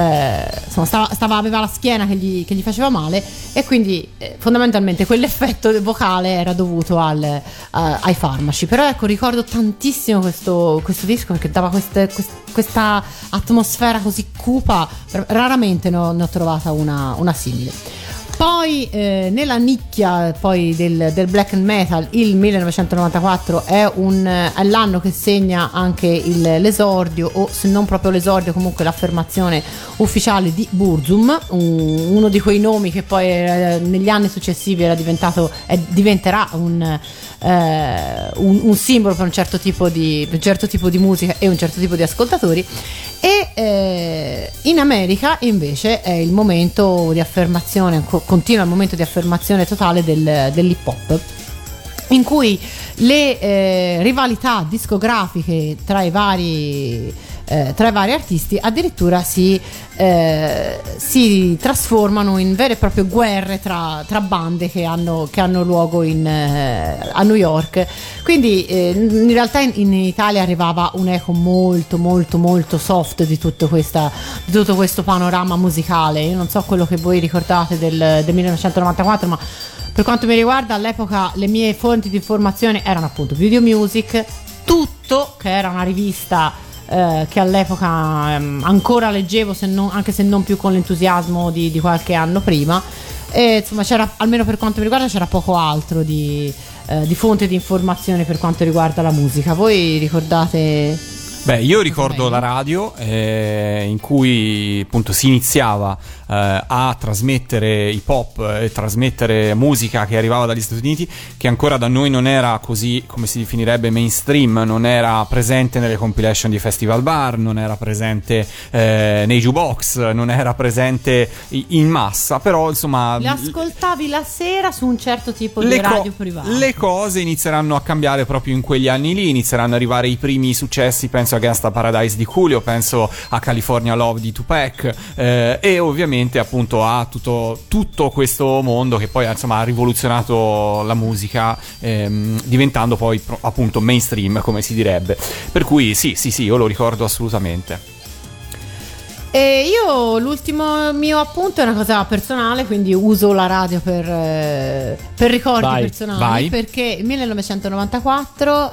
la schiena che gli faceva male, e quindi fondamentalmente quell'effetto vocale era dovuto ai farmaci. Però ecco, ricordo tantissimo questo disco, perché dava questa atmosfera così cupa. Raramente ne ho trovata una simile. Poi nella nicchia poi del black and metal, il 1994 è l'anno che segna anche l'esordio, o se non proprio l'esordio, comunque l'affermazione ufficiale di Burzum, uno di quei nomi che poi negli anni successivi diventerà un simbolo per un certo tipo di musica e un certo tipo di ascoltatori. E in America invece è il momento di affermazione, continua il momento di affermazione totale dell'hip hop, in cui le rivalità discografiche tra i vari artisti addirittura si trasformano in vere e proprie guerre tra bande che hanno luogo a New York. Quindi in realtà in Italia arrivava un eco molto molto molto soft di tutto questo panorama musicale. Io non so quello che voi ricordate del 1994, ma per quanto mi riguarda all'epoca le mie fonti di informazione erano appunto Video Music, Tutto, che era una rivista che all'epoca ancora leggevo, anche se non più con l'entusiasmo di qualche anno prima, e insomma c'era, almeno per quanto mi riguarda, c'era poco altro di fonte di informazione per quanto riguarda la musica. Voi ricordate? Beh, io ricordo la radio in cui appunto si iniziava a trasmettere hip hop e trasmettere musica che arrivava dagli Stati Uniti, che ancora da noi non era così, come si definirebbe, mainstream, non era presente nelle compilation di festival bar, non era presente nei jukebox, non era presente in massa, però insomma le ascoltavi la sera su un certo tipo di radio privata. Le cose inizieranno a cambiare proprio in quegli anni lì, inizieranno ad arrivare i primi successi, penso a Gangsta Paradise di Coolio, penso a California Love di Tupac, e ovviamente appunto a tutto questo mondo che poi insomma ha rivoluzionato la musica, diventando poi appunto mainstream, come si direbbe. Per cui sì, io lo ricordo assolutamente. E io l'ultimo mio appunto è una cosa personale, quindi uso la radio per ricordi personali. Perché nel 1994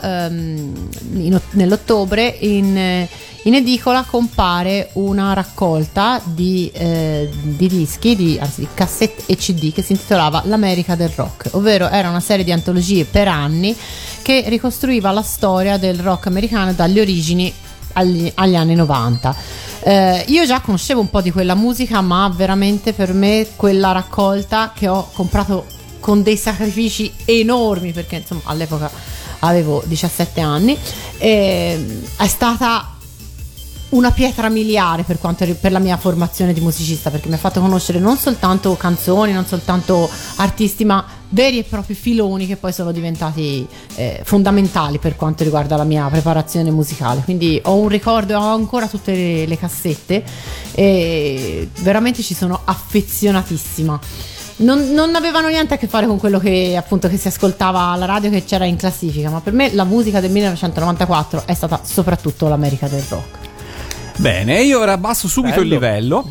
nell'ottobre in edicola compare una raccolta di dischi, anzi cassette e CD, che si intitolava L'America del Rock, ovvero era una serie di antologie per anni che ricostruiva la storia del rock americano dalle origini agli anni 90. Io già conoscevo un po' di quella musica, ma veramente per me quella raccolta, che ho comprato con dei sacrifici enormi, perché insomma all'epoca avevo 17 anni, è stata una pietra miliare per la mia formazione di musicista, perché mi ha fatto conoscere non soltanto canzoni, non soltanto artisti, ma veri e propri filoni che poi sono diventati fondamentali per quanto riguarda la mia preparazione musicale. Quindi ho un ricordo, ho ancora tutte le cassette e veramente ci sono affezionatissima. Non avevano niente a che fare con quello che appunto che si ascoltava alla radio, che c'era in classifica, ma per me la musica del 1994 è stata soprattutto l'America del rock. Bene, io ora abbasso subito il livello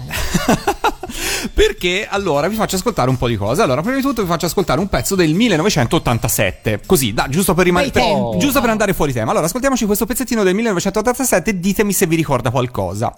perché allora vi faccio ascoltare un po' di cose. Allora, prima di tutto vi faccio ascoltare un pezzo del 1987, così, giusto per giusto per andare fuori tema. Allora, ascoltiamoci questo pezzettino del 1987 e ditemi se vi ricorda qualcosa.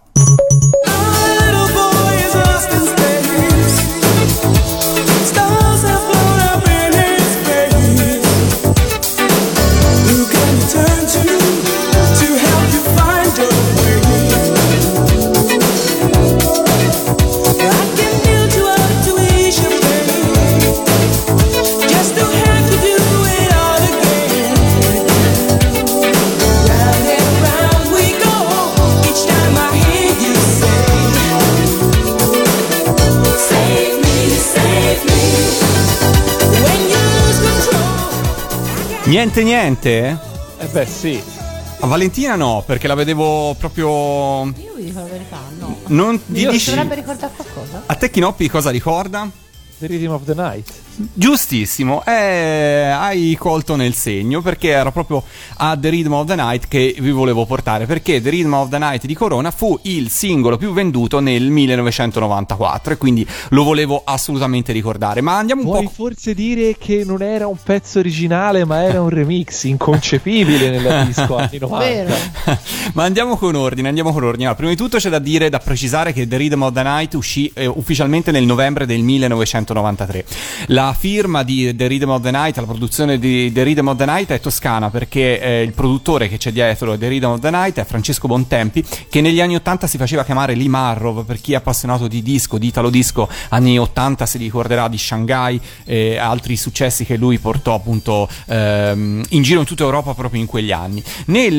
Niente? Beh sì. A Valentina no, perché la vedevo proprio... Io vi dico la verità, no. Non Io dovrebbe ricordare qualcosa? A te Chinoppi cosa ricorda? The Rhythm of the Night. Giustissimo, hai colto nel segno, perché era proprio a The Rhythm of the Night che vi volevo portare, perché The Rhythm of the Night di Corona fu il singolo più venduto nel 1994 e quindi lo volevo assolutamente ricordare. Ma andiamo un Vuoi po'. forse dire che non era un pezzo originale ma era un remix inconcepibile nella disco anni 90? Vero. Ma andiamo con ordine. Allora, prima di tutto c'è da precisare che The Rhythm of the Night uscì ufficialmente nel novembre del 1993. La firma di The Rhythm of the Night, la produzione di The Rhythm of the Night è toscana, perché il produttore che c'è dietro The Rhythm of the Night è Francesco Bontempi, che negli anni 80 si faceva chiamare Lee Marrov. Per chi è appassionato di disco, di italo disco anni 80, si ricorderà di Shanghai e altri successi che lui portò appunto in giro in tutta Europa proprio in quegli anni. Nel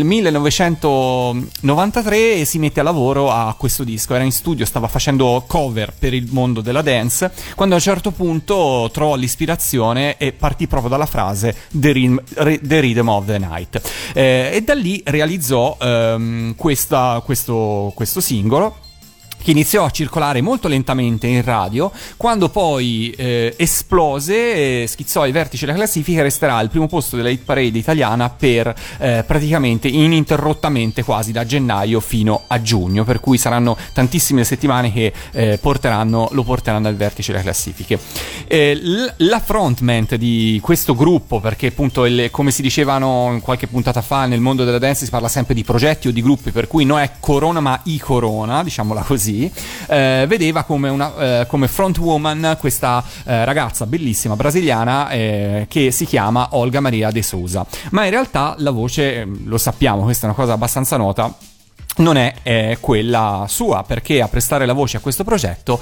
1993 si mette a lavoro a questo disco, era in studio, stava facendo cover per il mondo della dance, quando a un certo punto trovò l'ispirazione e partì proprio dalla frase The Rhythm of the Night, e da lì realizzò questo singolo, che iniziò a circolare molto lentamente in radio. Quando poi esplose, schizzò ai vertici della classifica e resterà al primo posto della hit parade italiana per praticamente ininterrottamente quasi da gennaio fino a giugno, per cui saranno tantissime settimane che lo porteranno al vertice delle classifiche. La frontman di questo gruppo, perché appunto come si dicevano in qualche puntata fa, nel mondo della dance si parla sempre di progetti o di gruppi, per cui non è Corona ma i Corona, diciamola così. Vedeva come frontwoman questa ragazza bellissima brasiliana che si chiama Olga Maria de Souza, ma in realtà la voce, lo sappiamo, questa è una cosa abbastanza nota, non è quella sua, perché a prestare la voce a questo progetto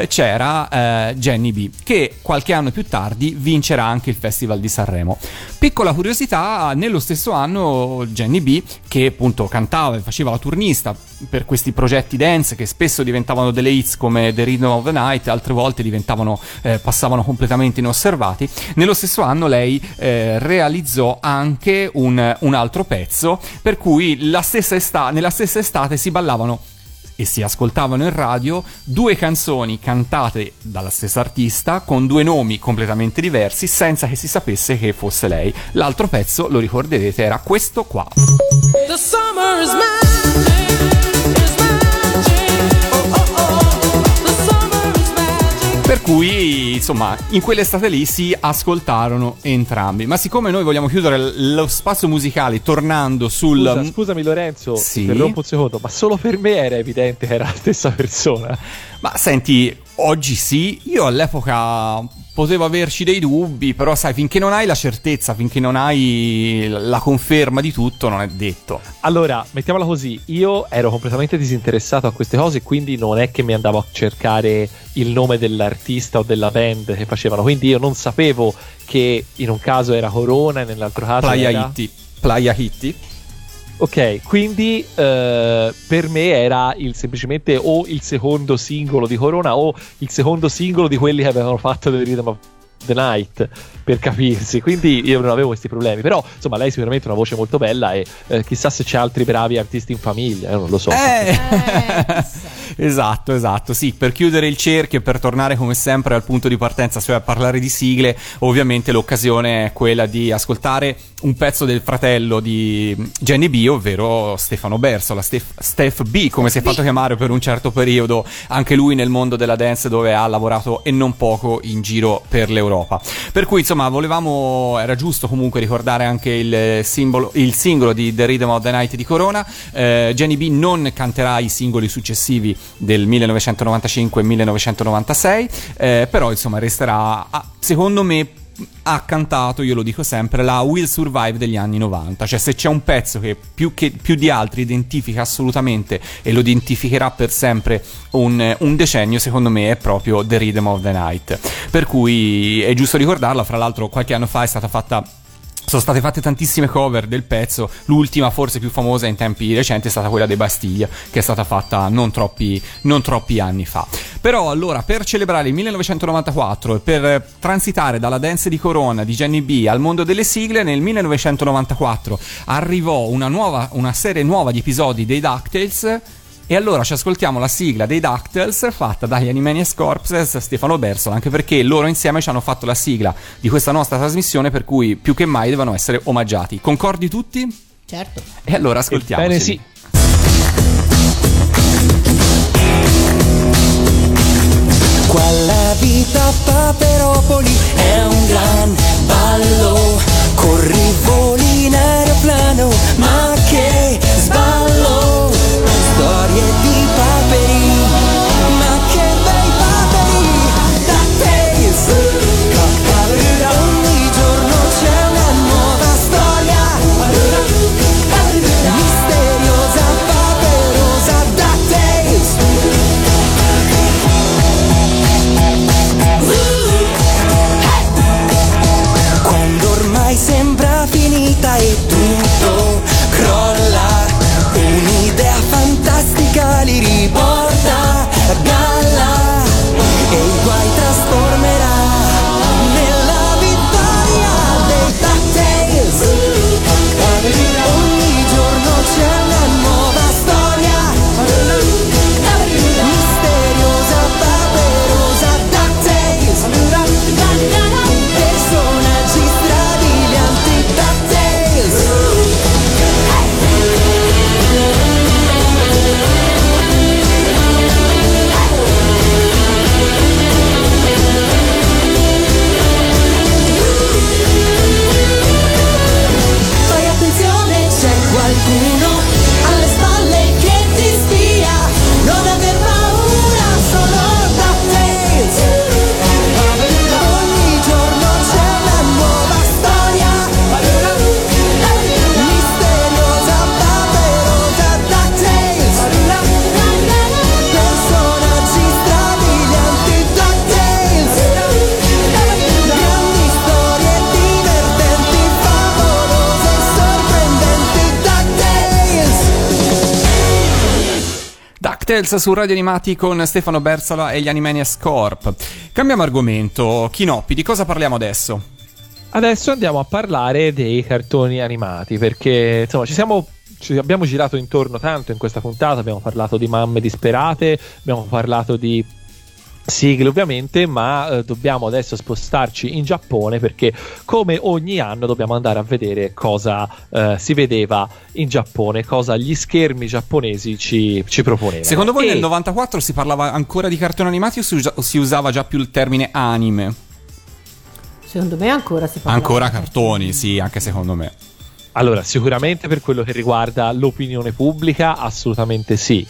c'era Jenny B, che qualche anno più tardi vincerà anche il Festival di Sanremo. Piccola curiosità, nello stesso anno Jenny B, che appunto cantava e faceva la turnista per questi progetti dance che spesso diventavano delle hits come The Rhythm of the Night, altre volte passavano completamente inosservati, nello stesso anno lei realizzò anche un altro pezzo, per cui nella stessa estate si ballavano e si ascoltavano in radio due canzoni cantate dalla stessa artista con due nomi completamente diversi, senza che si sapesse che fosse lei. L'altro pezzo, lo ricorderete, era questo qua. The summer is magic, is magic. Oh, oh, oh. The summer is magic. Per cui, insomma, in quell'estate lì si ascoltarono entrambi. Ma siccome noi vogliamo chiudere lo spazio musicale tornando Scusami Lorenzo, sì? interrompo un secondo, ma solo per me era evidente che era la stessa persona. Ma senti, oggi sì, io all'epoca potevo averci dei dubbi, però sai, finché non hai la certezza, finché non hai la conferma di tutto, non è detto. Allora, mettiamola così, io ero completamente disinteressato a queste cose, quindi non è che mi andavo a cercare il nome dell'artista o della band che facevano, quindi io non sapevo che in un caso era Corona e nell'altro caso Playa Hitty. Ok, quindi per me era semplicemente o il secondo singolo di Corona o il secondo singolo di quelli che avevano fatto The Rhythm of the Night, per capirsi, quindi io non avevo questi problemi. Però insomma lei sicuramente ha una voce molto bella e chissà se c'è altri bravi artisti in famiglia, non lo so. Esatto, sì, per chiudere il cerchio e per tornare come sempre al punto di partenza, cioè a parlare di sigle, ovviamente l'occasione è quella di ascoltare un pezzo del fratello di Jenny B, ovvero Stefano Bersola, Steph B, come si è fatto chiamare per un certo periodo, anche lui nel mondo della dance, dove ha lavorato e non poco in giro per l'Europa. Per cui insomma era giusto comunque ricordare anche il singolo di The Rhythm of the Night di Corona. Jenny B non canterà i singoli successivi del 1995 e 1996, però insomma resterà, secondo me, ha cantato, io lo dico sempre, la Will Survive degli anni 90. Cioè, se c'è un pezzo che più di altri identifica assolutamente e lo identificherà per sempre un decennio, secondo me è proprio The Rhythm of the Night. Per cui è giusto ricordarla. Fra l'altro qualche anno fa sono state fatte tantissime cover del pezzo, l'ultima forse più famosa in tempi recenti è stata quella dei Bastille, che è stata fatta non troppi anni fa. Però allora, per celebrare il 1994 e per transitare dalla dance di Corona di Jenny B al mondo delle sigle, nel 1994 arrivò una serie nuova di episodi dei DuckTales, E allora ci ascoltiamo la sigla dei DuckTales fatta dagli Animaniacs Corpses, Stefano Bersola, anche perché loro insieme ci hanno fatto la sigla di questa nostra trasmissione, per cui più che mai devono essere omaggiati. Concordi tutti? Certo. E allora ascoltiamo. Bene, sì. Qua la vita a Paperopoli è un gran ballo. Corri, voli in aeroplano, ma che sballo. Storie di paperi, ma che bei paperi. DuckTales. Ogni giorno c'è una nuova storia, misteriosa, paperosa. DuckTales. Quando ormai sembra finita e tutto crolla, un'idea fantastica li riporta a galla e i guai trasformerà nella vittoria dei DuckTales. Ogni giorno c'è una nuova storia, misteriosa, paperosa. DuckTales. Personaggi strabilianti. DuckTales. Fai attenzione, c'è qualcuno alle spalle che ti spia. Non aver paura, sono DuckTales. Ogni giorno c'è una nuova storia, misteriosa, paperosa. DuckTales. Personaggi strabilianti. DuckTales. Grandi storie divertenti, favolose e sorprendenti. DuckTales. DuckTales su Radio Animati con Stefano Bersola e gli Animaniacs Corp. Cambiamo argomento. Chinoppi, di cosa parliamo adesso? Adesso andiamo a parlare dei cartoni animati, perché insomma ci abbiamo girato intorno tanto in questa puntata. Abbiamo parlato di mamme disperate, abbiamo parlato di sigle ovviamente, ma dobbiamo adesso spostarci in Giappone, perché come ogni anno dobbiamo andare a vedere cosa si vedeva in Giappone, cosa gli schermi giapponesi ci proponevano. Secondo voi E nel 94 si parlava ancora di cartoni animati o si usava già più il termine anime? Secondo me ancora si parla. Ancora cartoni, sì, anche secondo me. allora, sicuramente per quello che riguarda l'opinione pubblica, assolutamente sì.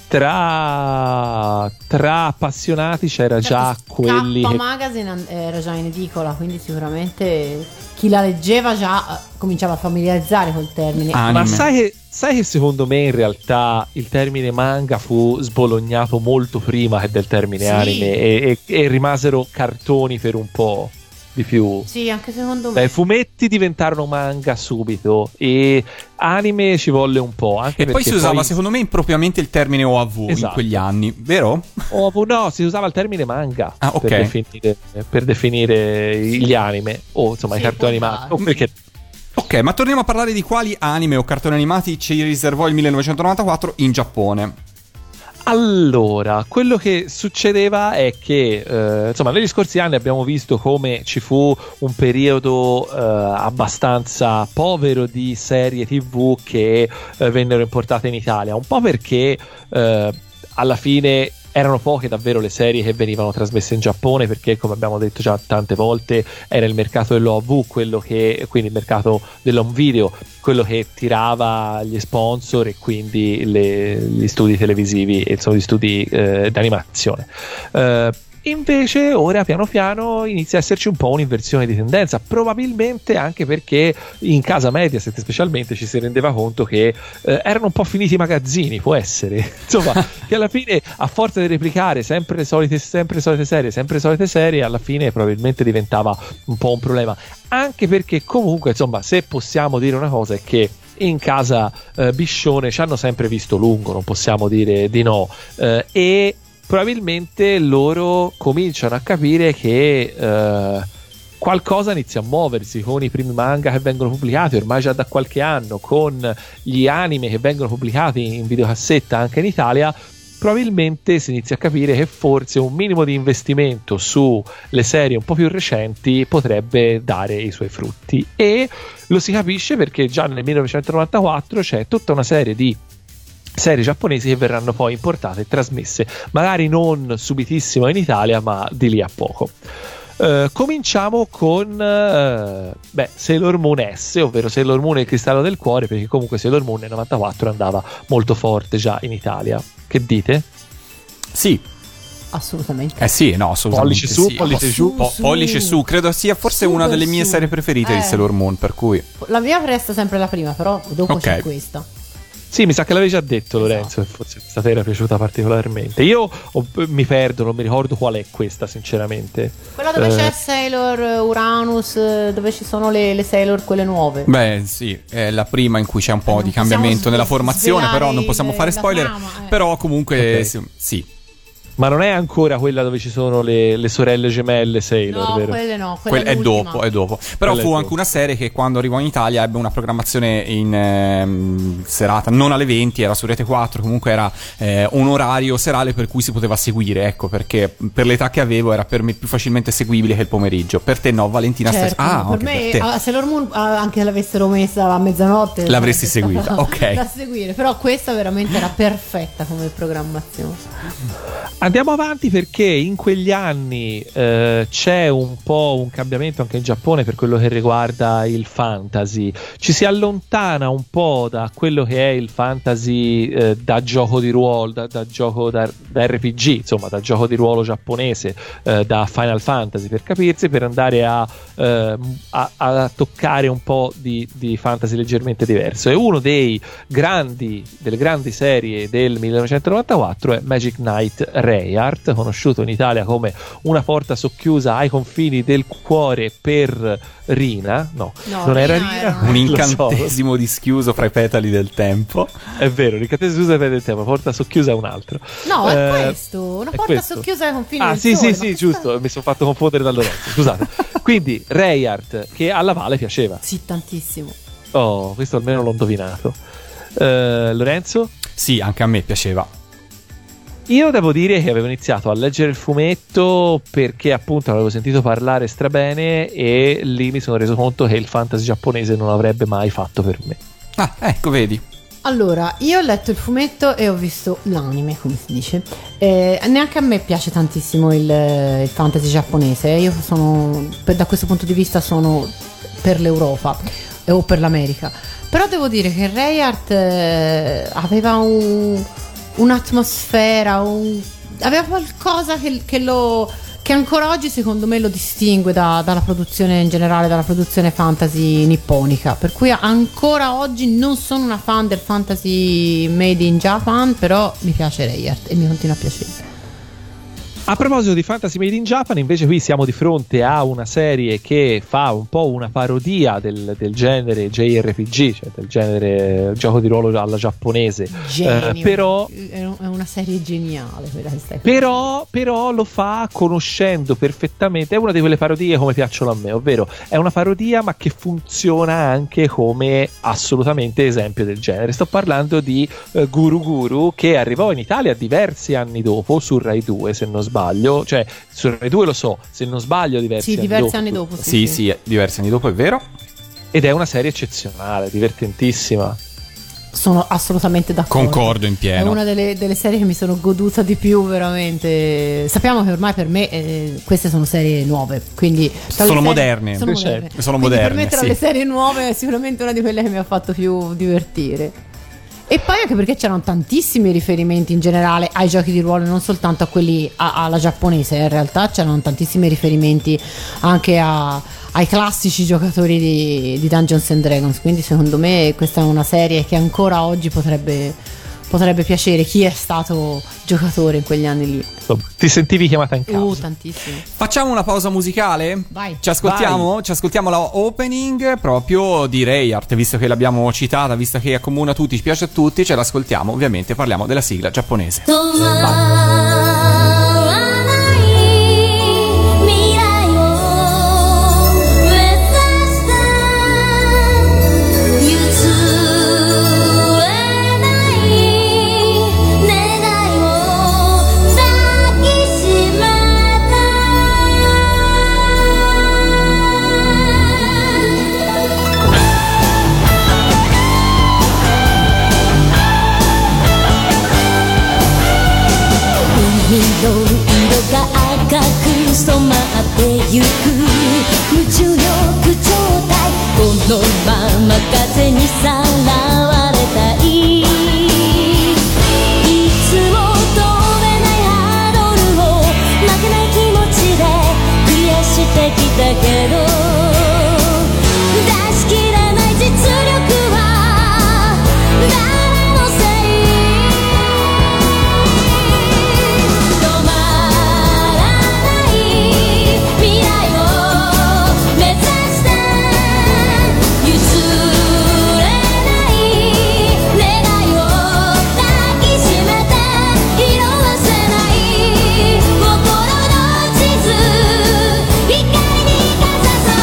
Tra appassionati c'era già quelli K che... Magazine era già in edicola, quindi sicuramente chi la leggeva già cominciava a familiarizzare col termine. Anime. Ma sai che secondo me in realtà il termine manga fu sbolognato molto prima che del termine Sì. anime e rimasero cartoni per un po' di più. Sì, anche secondo me. Beh, fumetti diventarono manga subito e anime ci volle un po'. Anche E poi perché si usava secondo me impropriamente il termine OAV in Esatto. quegli anni, vero? no, si usava il termine manga Ah, ok. per definire gli anime o insomma i Sì, cartoni può animati. darsi. O perché Ok, ma torniamo a parlare di quali anime o cartoni animati ci riservò il 1994 in Giappone. Allora, quello che succedeva è che, insomma, negli scorsi anni abbiamo visto come ci fu un periodo abbastanza povero di serie TV che vennero importate in Italia, un po' perché alla fine erano poche davvero le serie che venivano trasmesse in Giappone, perché come abbiamo detto già tante volte era il mercato dell'OAV, quindi il mercato dell'home video, quello che tirava gli sponsor e quindi gli studi televisivi e insomma gli studi d'animazione. Invece ora piano piano inizia a esserci un po' un'inversione di tendenza, probabilmente anche perché in casa Mediaset specialmente ci si rendeva conto che erano un po' finiti i magazzini, può essere, insomma, che alla fine a forza di replicare sempre le solite serie, alla fine probabilmente diventava un po' un problema, anche perché comunque insomma, se possiamo dire una cosa è che in casa Biscione ci hanno sempre visto lungo, non possiamo dire di no, e probabilmente loro cominciano a capire che qualcosa inizia a muoversi con i primi manga che vengono pubblicati ormai già da qualche anno, con gli anime che vengono pubblicati in videocassetta anche in Italia. Probabilmente si inizia a capire che forse un minimo di investimento sulle serie un po' più recenti potrebbe dare i suoi frutti, e lo si capisce perché già nel 1994 c'è tutta una serie di serie giapponesi che verranno poi importate e trasmesse, magari non subitissimo in Italia, ma di lì a poco. Cominciamo con Sailor Moon S, ovvero Sailor Moon e il cristallo del cuore, perché comunque Sailor Moon nel 94 andava molto forte già in Italia. Che dite? Sì. Assolutamente. Sì, no, assolutamente. Pollice su, sì. pollice giù. Pollice su, credo sia forse Super una delle mie su. serie preferite di Sailor Moon, per cui... La mia resta sempre la prima, però dopo Ok. c'è questa. Sì, mi sa che l'avevi già detto, Lorenzo, e forse questa te era piaciuta particolarmente. Io mi perdo, non mi ricordo qual è questa, sinceramente. Quella dove c'è Sailor Uranus, dove ci sono le Sailor, quelle nuove. Beh, sì, è la prima in cui c'è un po' Non di possiamo cambiamento nella formazione, svelare però non possiamo fare la spoiler. trama, Però comunque Ok. sì. Ma non è ancora quella dove ci sono le sorelle gemelle Sailor, No, vero? quelle no, quella È l'ultima. dopo, è dopo. Però Quella è fu anche dopo. una serie che quando arrivò in Italia ebbe una programmazione in serata, non alle 20, era su Rete 4, comunque era un orario serale per cui si poteva seguire, ecco, perché per l'età che avevo era per me più facilmente seguibile che il pomeriggio. Per te no, Valentina? Certo, per per te. me Sailor Moon, anche se l'avessero messa a mezzanotte L'avresti sarebbe seguita, stata ok. da seguire, però questa veramente era perfetta come programmazione. Andiamo avanti perché in quegli anni c'è un po' un cambiamento anche in Giappone per quello che riguarda il fantasy. Ci si allontana un po' da quello che è il fantasy da gioco di ruolo, da gioco da RPG, insomma, da gioco di ruolo giapponese, da Final Fantasy per capirsi, per andare a toccare un po' di fantasy leggermente diverso. E uno delle grandi serie del 1994 è Magic Knight Rayart, conosciuto in Italia come Una porta socchiusa ai confini del cuore per Rina. No, non era Rina Rina, era Un lo so. incantesimo dischiuso fra i petali del tempo. È vero, l'incantesimo del tempo, porta socchiusa è un altro. No, è questo, una è porta questo. socchiusa ai confini Ah, del sì, sole, sì, ma sì, che giusto, mi sono fatto confondere da Lorenzo, scusate. Quindi Rayart, che alla Vale piaceva. Sì, tantissimo. Oh, questo almeno l'ho indovinato. Lorenzo? Sì, anche a me piaceva. Io devo dire che avevo iniziato a leggere il fumetto perché appunto avevo sentito parlare strabene e lì mi sono reso conto che il fantasy giapponese non avrebbe mai fatto per me. Ah, ecco, vedi. Allora, io ho letto il fumetto e ho visto l'anime, come si dice. Neanche a me piace tantissimo il fantasy giapponese. Io da questo punto di vista sono per l'Europa o per l'America. Però devo dire che Rayart aveva un'atmosfera, aveva qualcosa che ancora oggi secondo me lo distingue dalla produzione in generale, dalla produzione fantasy nipponica, per cui ancora oggi non sono una fan del fantasy made in Japan, però mi piace Rayart e mi continua a piacere. A proposito di Fantasy Made in Japan, invece qui siamo di fronte a una serie che fa un po' una parodia del genere JRPG, cioè del genere gioco di ruolo alla giapponese. Genio. Però È una serie geniale quella che stai Però lo fa conoscendo perfettamente, è una di quelle parodie come piacciono a me, ovvero è una parodia ma che funziona anche come assolutamente esempio del genere. Sto parlando di Guru Guru, che arrivò in Italia diversi anni dopo su Rai 2, se non sbaglio, cioè su Rai 2 lo so, se non sbaglio diversi anni dopo. Sì, diversi anni dopo, è vero. ed è una serie eccezionale, divertentissima. Sono assolutamente d'accordo. Concordo in È pieno. una delle serie che mi sono goduta di più, veramente. Sappiamo che ormai per me queste sono serie nuove, quindi Sono moderne. Sono Sì, moderne. certo. Sono Quindi moderne, per me tra sì. le serie nuove è sicuramente una di quelle che mi ha fatto più divertire. E poi anche perché c'erano tantissimi riferimenti in generale ai giochi di ruolo, non soltanto a quelli alla giapponese, in realtà c'erano tantissimi riferimenti anche ai classici giocatori di Dungeons and Dragons, quindi secondo me questa è una serie che ancora oggi potrebbe piacere chi è stato giocatore in quegli anni lì. Insomma, ti sentivi chiamata in causa. Tantissimo. Facciamo una pausa musicale? Vai. Ci ascoltiamo? Ci ascoltiamo la opening proprio di Rayart, visto che l'abbiamo citata, visto che accomuna tutti, ci piace a tutti, ce l'ascoltiamo, ovviamente parliamo della sigla giapponese. 止まらない未来を風にさらわれたい。いつも飛べないハードルを負けない気持ちでクリアしてきたけど、出し切らない実力は誰のせい。止まらない未来を目指して譲れない願いを抱きしめて色褪せない心の地図光にかざそう。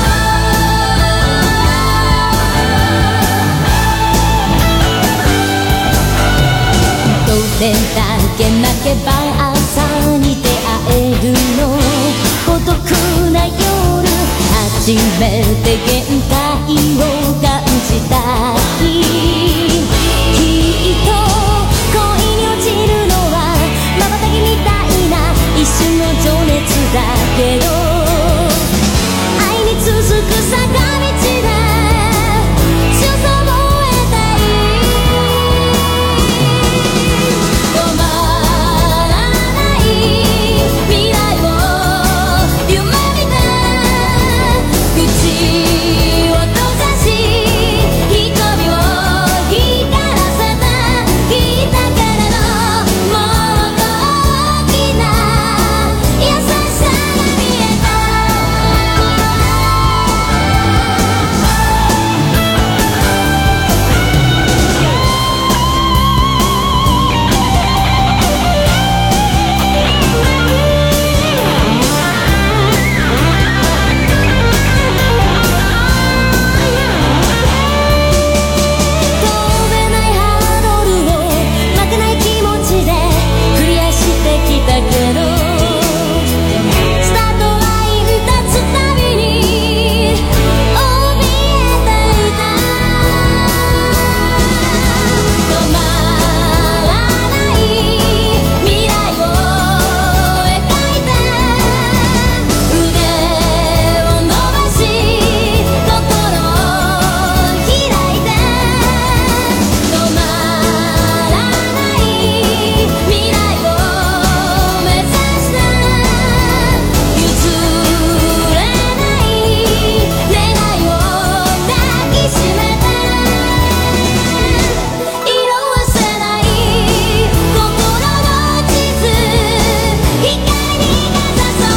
どれだけ泣けば朝に出会えるの。孤独な夜初めて限界を感じた日、きっと恋に落ちるのは瞬きみたいな一瞬の情熱だけど、愛に続く坂道で強さを得たい。止まらない未来を夢見て口を閉ざし瞳を光らせてきたけれど、もっと大きな優しさが見えた。飛べないハードルを負けない気持ちでクリアしてきたけど、スタートライン立つたびに怯えていた。止まらない未来を描いて腕を伸ばし心を開いて、止まらない未来を目指して譲れない願いを抱きしめて色褪せない心の地図光にかざそう。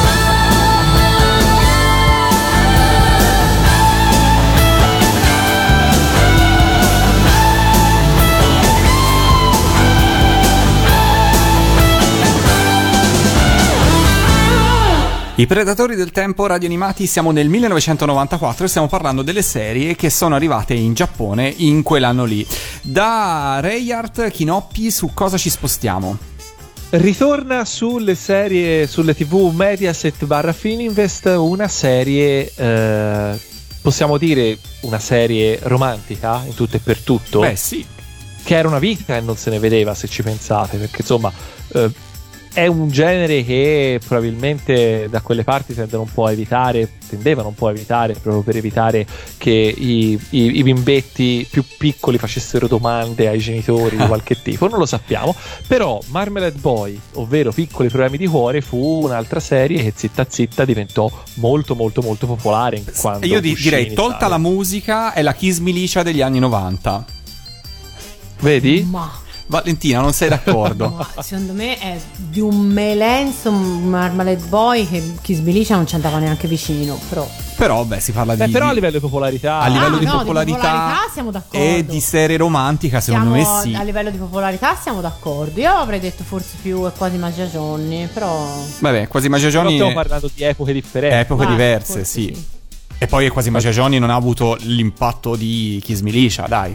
I Predatori del Tempo radioanimati, siamo nel 1994 e stiamo parlando delle serie che sono arrivate in Giappone in quell'anno lì. Da Rayart Kinoppi, su cosa ci spostiamo? Ritorna sulle serie, sulle TV Mediaset / Fininvest, una serie, possiamo dire una serie romantica in tutto e per tutto. Beh sì. Che era una vita e non se ne vedeva, se ci pensate, perché insomma è un genere che probabilmente da quelle parti tendevano un po' a evitare proprio per evitare che i bimbetti più piccoli facessero domande ai genitori di qualche tipo, non lo sappiamo. Però Marmalade Boy, ovvero Piccoli problemi di cuore, fu un'altra serie che zitta zitta diventò molto molto molto popolare quando Io uscì direi, in tolta Italia. la musica, è la Kiss Milicia degli anni 90. Vedi? Ma Valentina, non sei d'accordo? Ma secondo me è di un melenzo Marmalade Boy che Kiss Milicia non ci andava neanche vicino, Però beh, si parla di... Però a livello di popolarità, a livello Ah, di no, di popolarità popolarità siamo d'accordo. e di serie romantica, secondo me sì. A livello di popolarità siamo d'accordo. Io avrei detto forse più è quasi Magia Johnny, però Vabbè, Quasi Magia però Johnny stiamo parlando di epoche differenti. epoche Ah, diverse, forse sì. E poi è Quasi Magia Johnny non ha avuto l'impatto di Kiss Milicia, dai.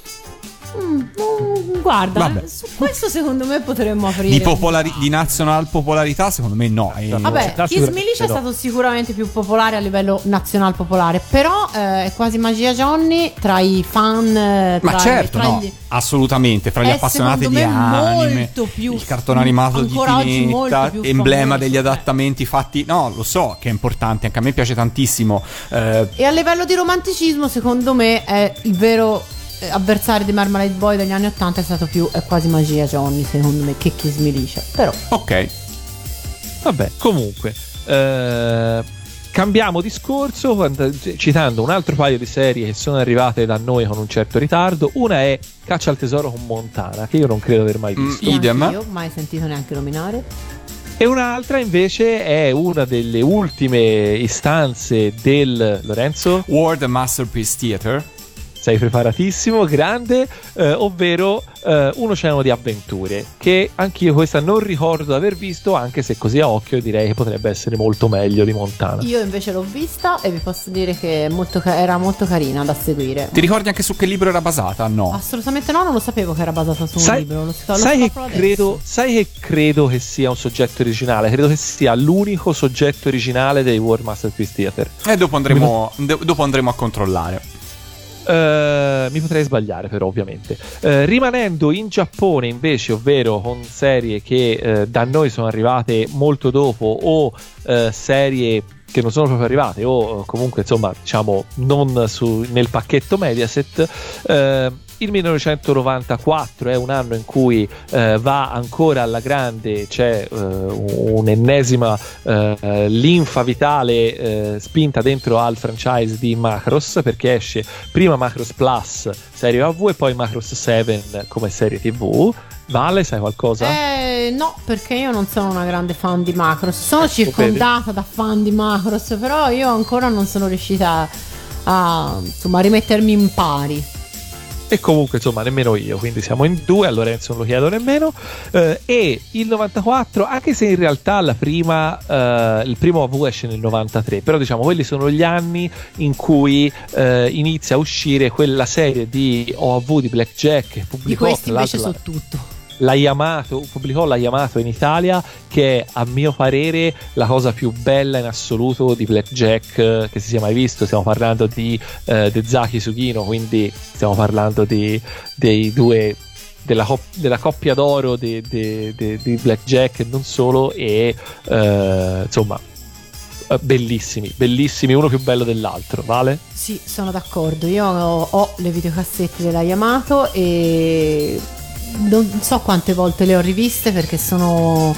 Guarda, Vabbè. su questo secondo me potremmo aprire Di nazional popolarità, secondo me no. Vabbè, Kiss Milicia è stato sicuramente più popolare a livello nazional popolare, però è Quasi Magia Johnny tra i fan, Ma certo, no, assolutamente, fra gli è appassionati secondo di me anime, molto più il cartone animato di ancora oggi molto Pinetta, più emblema famoso, degli adattamenti fatti, no, lo so che è importante, anche a me piace tantissimo. E a livello di romanticismo secondo me è il vero avversario di Marmalade Boy degli anni 80 è stato più quasi magia Johnny, secondo me, che Kiss Me Liscia. Però Ok. Vabbè, comunque, cambiamo discorso citando un altro paio di serie che sono arrivate da noi con un certo ritardo. Una è Caccia al tesoro con Montana, che io non credo aver mai visto. Idem. io mai sentito neanche nominare. E un'altra invece è una delle ultime istanze del Lorenzo. World Masterpiece Theater. Sei preparatissimo, grande, ovvero Un oceano di avventure, che anch'io questa non ricordo di aver visto, anche se così a occhio direi che potrebbe essere molto meglio di Montana. Io invece l'ho vista e vi posso dire che era molto carina da seguire. Ti ricordi anche su che libro era basata? No. Assolutamente no, non lo sapevo che era basata su un libro. Lo sai scopro che credo che sia un soggetto originale, credo che sia l'unico soggetto originale dei World Masterpiece Theater. E dopo andremo a controllare. Mi potrei sbagliare però ovviamente. Rimanendo in Giappone invece, ovvero con serie che da noi sono arrivate molto dopo, o serie che non sono proprio arrivate, o comunque insomma diciamo non nel pacchetto Mediaset, il 1994 è un anno in cui va ancora alla grande, c'è un'ennesima linfa vitale spinta dentro al franchise di Macross, perché esce prima Macross Plus serie AV e poi Macross 7 come serie TV. Vale, sai qualcosa? No, perché io non sono una grande fan di Macross. Sono circondata da fan di Macross, però io ancora non sono riuscita a rimettermi in pari. E comunque insomma nemmeno io, quindi siamo in due, a Lorenzo non lo chiedo nemmeno. E il 94, anche se in realtà la prima il primo AV esce nel 93, però diciamo quelli sono gli anni in cui inizia a uscire quella serie di OAV di Blackjack che pubblicò, di questi invece so tutto. Pubblicò la Yamato in Italia, che è a mio parere la cosa più bella in assoluto di Blackjack che si sia mai visto. Stiamo parlando di Dezaki Sugino, quindi stiamo parlando dei due della coppia d'oro di Blackjack e non solo, e insomma bellissimi, uno più bello dell'altro. Vale? Sì, sono d'accordo. Io ho le videocassette della Yamato e non so quante volte le ho riviste, perché sono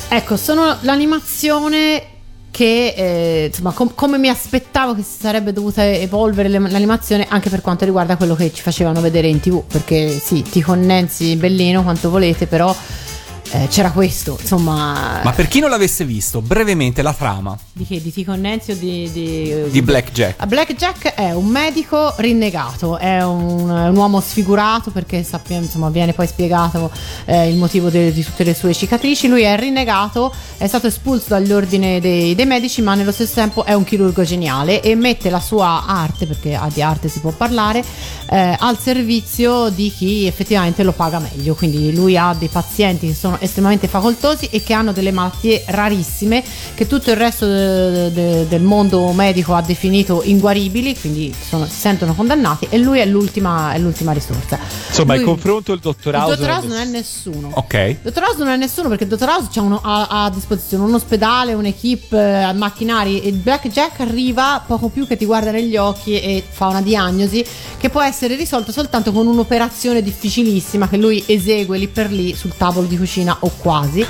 l'animazione che insomma come mi aspettavo che si sarebbe dovuta evolvere l'animazione, anche per quanto riguarda quello che ci facevano vedere in TV, perché sì, Tico Nancy bellino quanto volete, però c'era questo, insomma. Ma per chi non l'avesse visto, brevemente la trama di che? Di Tico Nancy o di Blackjack? Blackjack è un medico rinnegato, è un uomo sfigurato, perché sappiamo, insomma, viene poi spiegato il motivo di tutte le sue cicatrici. Lui è rinnegato, è stato espulso dall'ordine dei medici, ma nello stesso tempo è un chirurgo geniale e mette la sua arte, perché di arte si può parlare, al servizio di chi effettivamente lo paga meglio. Quindi lui ha dei pazienti che sono estremamente facoltosi e che hanno delle malattie rarissime che tutto il resto del mondo medico ha definito inguaribili, quindi si sentono condannati, e lui è l'ultima risorsa. Insomma, il confronto il Dottor House non è nessuno. Ok. Il Dottor House non è nessuno, perché il Dottor House ha a disposizione un ospedale, un'equipe, macchinari, e il Blackjack arriva poco più che ti guarda negli occhi e fa una diagnosi che può essere risolta soltanto con un'operazione difficilissima che lui esegue lì per lì sul tavolo di cucina, o quasi,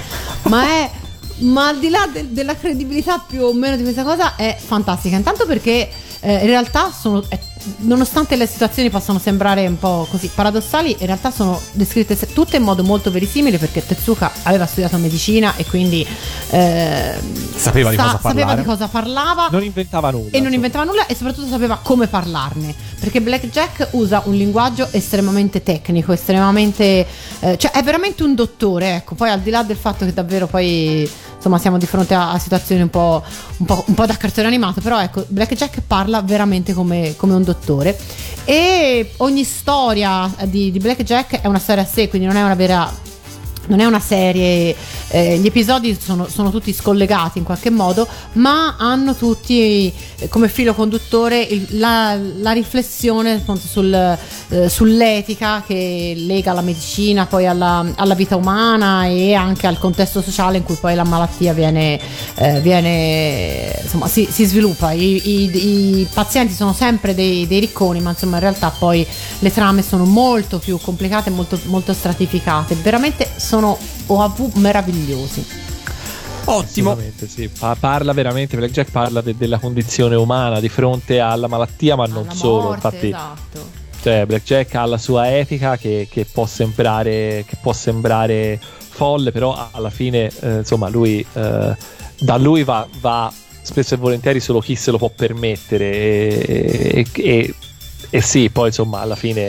ma al di là della credibilità più o meno di questa cosa è fantastica. Intanto perché in realtà nonostante le situazioni possano sembrare un po' così paradossali, in realtà sono descritte tutte in modo molto verisimile, perché Tezuka aveva studiato medicina e quindi sapeva di cosa parlava, non inventava nulla e soprattutto sapeva come parlarne, perché Blackjack usa un linguaggio estremamente tecnico, estremamente cioè è veramente un dottore, ecco. Poi al di là del fatto che davvero poi insomma siamo di fronte a situazioni un po' da cartone animato, però ecco, Blackjack parla veramente come un dottore, e ogni storia di Blackjack è una storia a sé, quindi non è una vera non è una serie, gli episodi sono tutti scollegati in qualche modo, ma hanno tutti come filo conduttore la riflessione appunto sull'etica che lega la medicina poi alla vita umana e anche al contesto sociale in cui poi la malattia viene insomma si sviluppa. I pazienti sono sempre dei ricconi, ma insomma in realtà poi le trame sono molto più complicate, molto, molto stratificate, veramente sono OAV meravigliosi. Ottimo. Assolutamente, sì. Parla veramente, Blackjack parla della condizione umana di fronte alla malattia, ma non Alla solo. morte, Infatti, esatto. cioè, Blackjack ha la sua etica che può sembrare folle, però alla fine, insomma, lui da lui va spesso e volentieri solo chi se lo può permettere e sì, poi insomma alla fine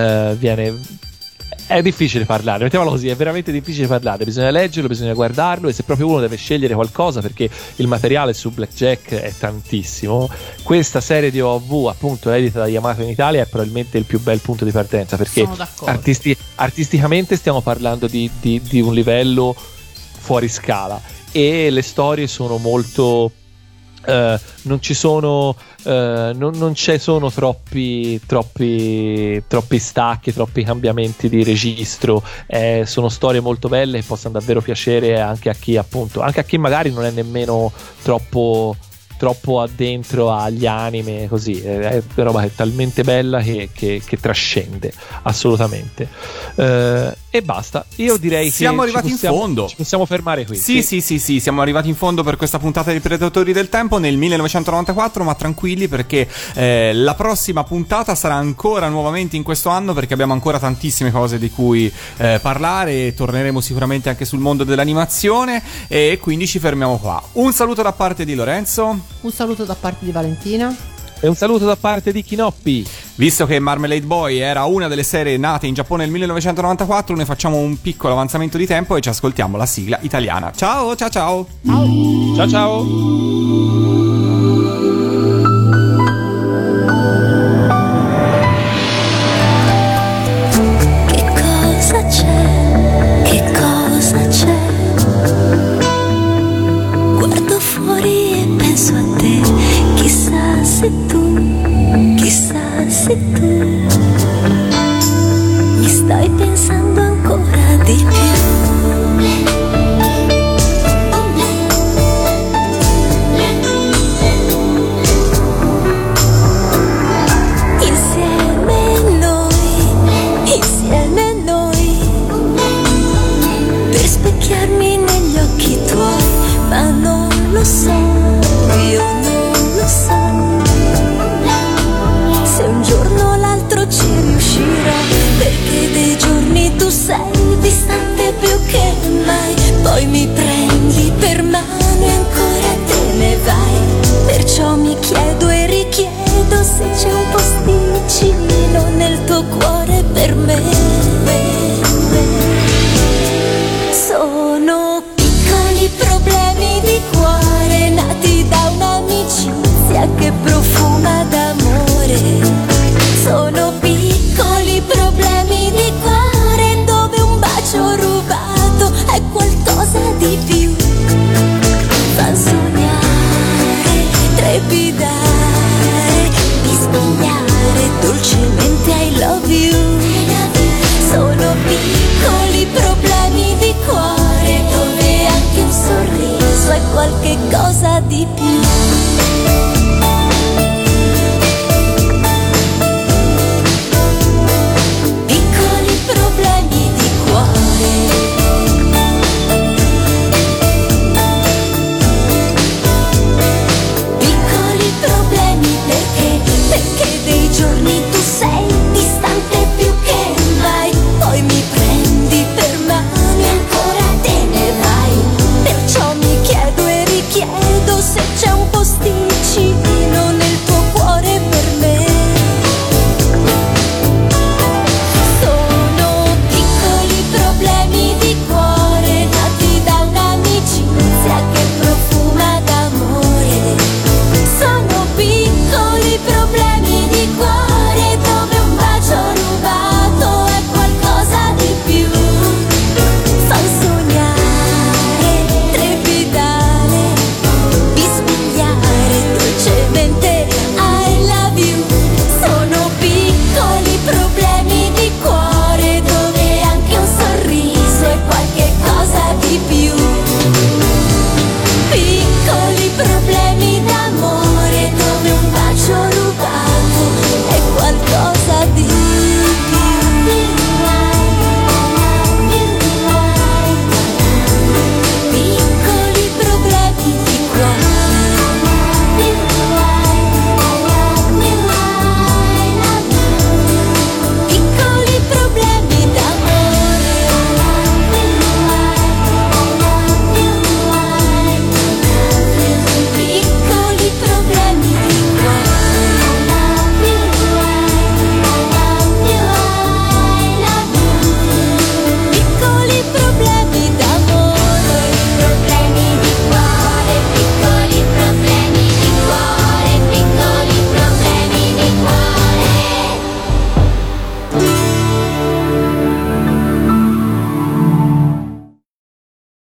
è difficile parlare, mettiamolo così, è veramente difficile parlare, bisogna leggerlo, bisogna guardarlo, e se proprio uno deve scegliere qualcosa, perché il materiale su Blackjack è tantissimo, questa serie di OAV appunto edita da Yamato in Italia è probabilmente il più bel punto di partenza, perché Sono d'accordo. artisticamente stiamo parlando di un livello fuori scala, e le storie sono molto non ci sono non ci sono troppi stacchi, troppi cambiamenti di registro, sono storie molto belle che possono davvero piacere anche a chi magari non è nemmeno troppo addentro agli anime, così è una roba che è talmente bella che trascende assolutamente. E basta, io direi che siamo arrivati in fondo, ci possiamo fermare qui. Sì, siamo arrivati in fondo per questa puntata di Predatori del Tempo nel 1994, ma tranquilli perché la prossima puntata sarà ancora nuovamente in questo anno, perché abbiamo ancora tantissime cose di cui parlare, e torneremo sicuramente anche sul mondo dell'animazione, e quindi ci fermiamo qua. Un saluto da parte di Lorenzo, Un saluto da parte di Valentina. E un saluto da parte di Kinoppi. Visto che Marmalade Boy era una delle serie nate in Giappone nel 1994, ne facciamo un piccolo avanzamento di tempo e ci ascoltiamo la sigla italiana. Ciao. Ciao ciao. Che cosa c'è? Guardo fuori e penso a te, chissà se tu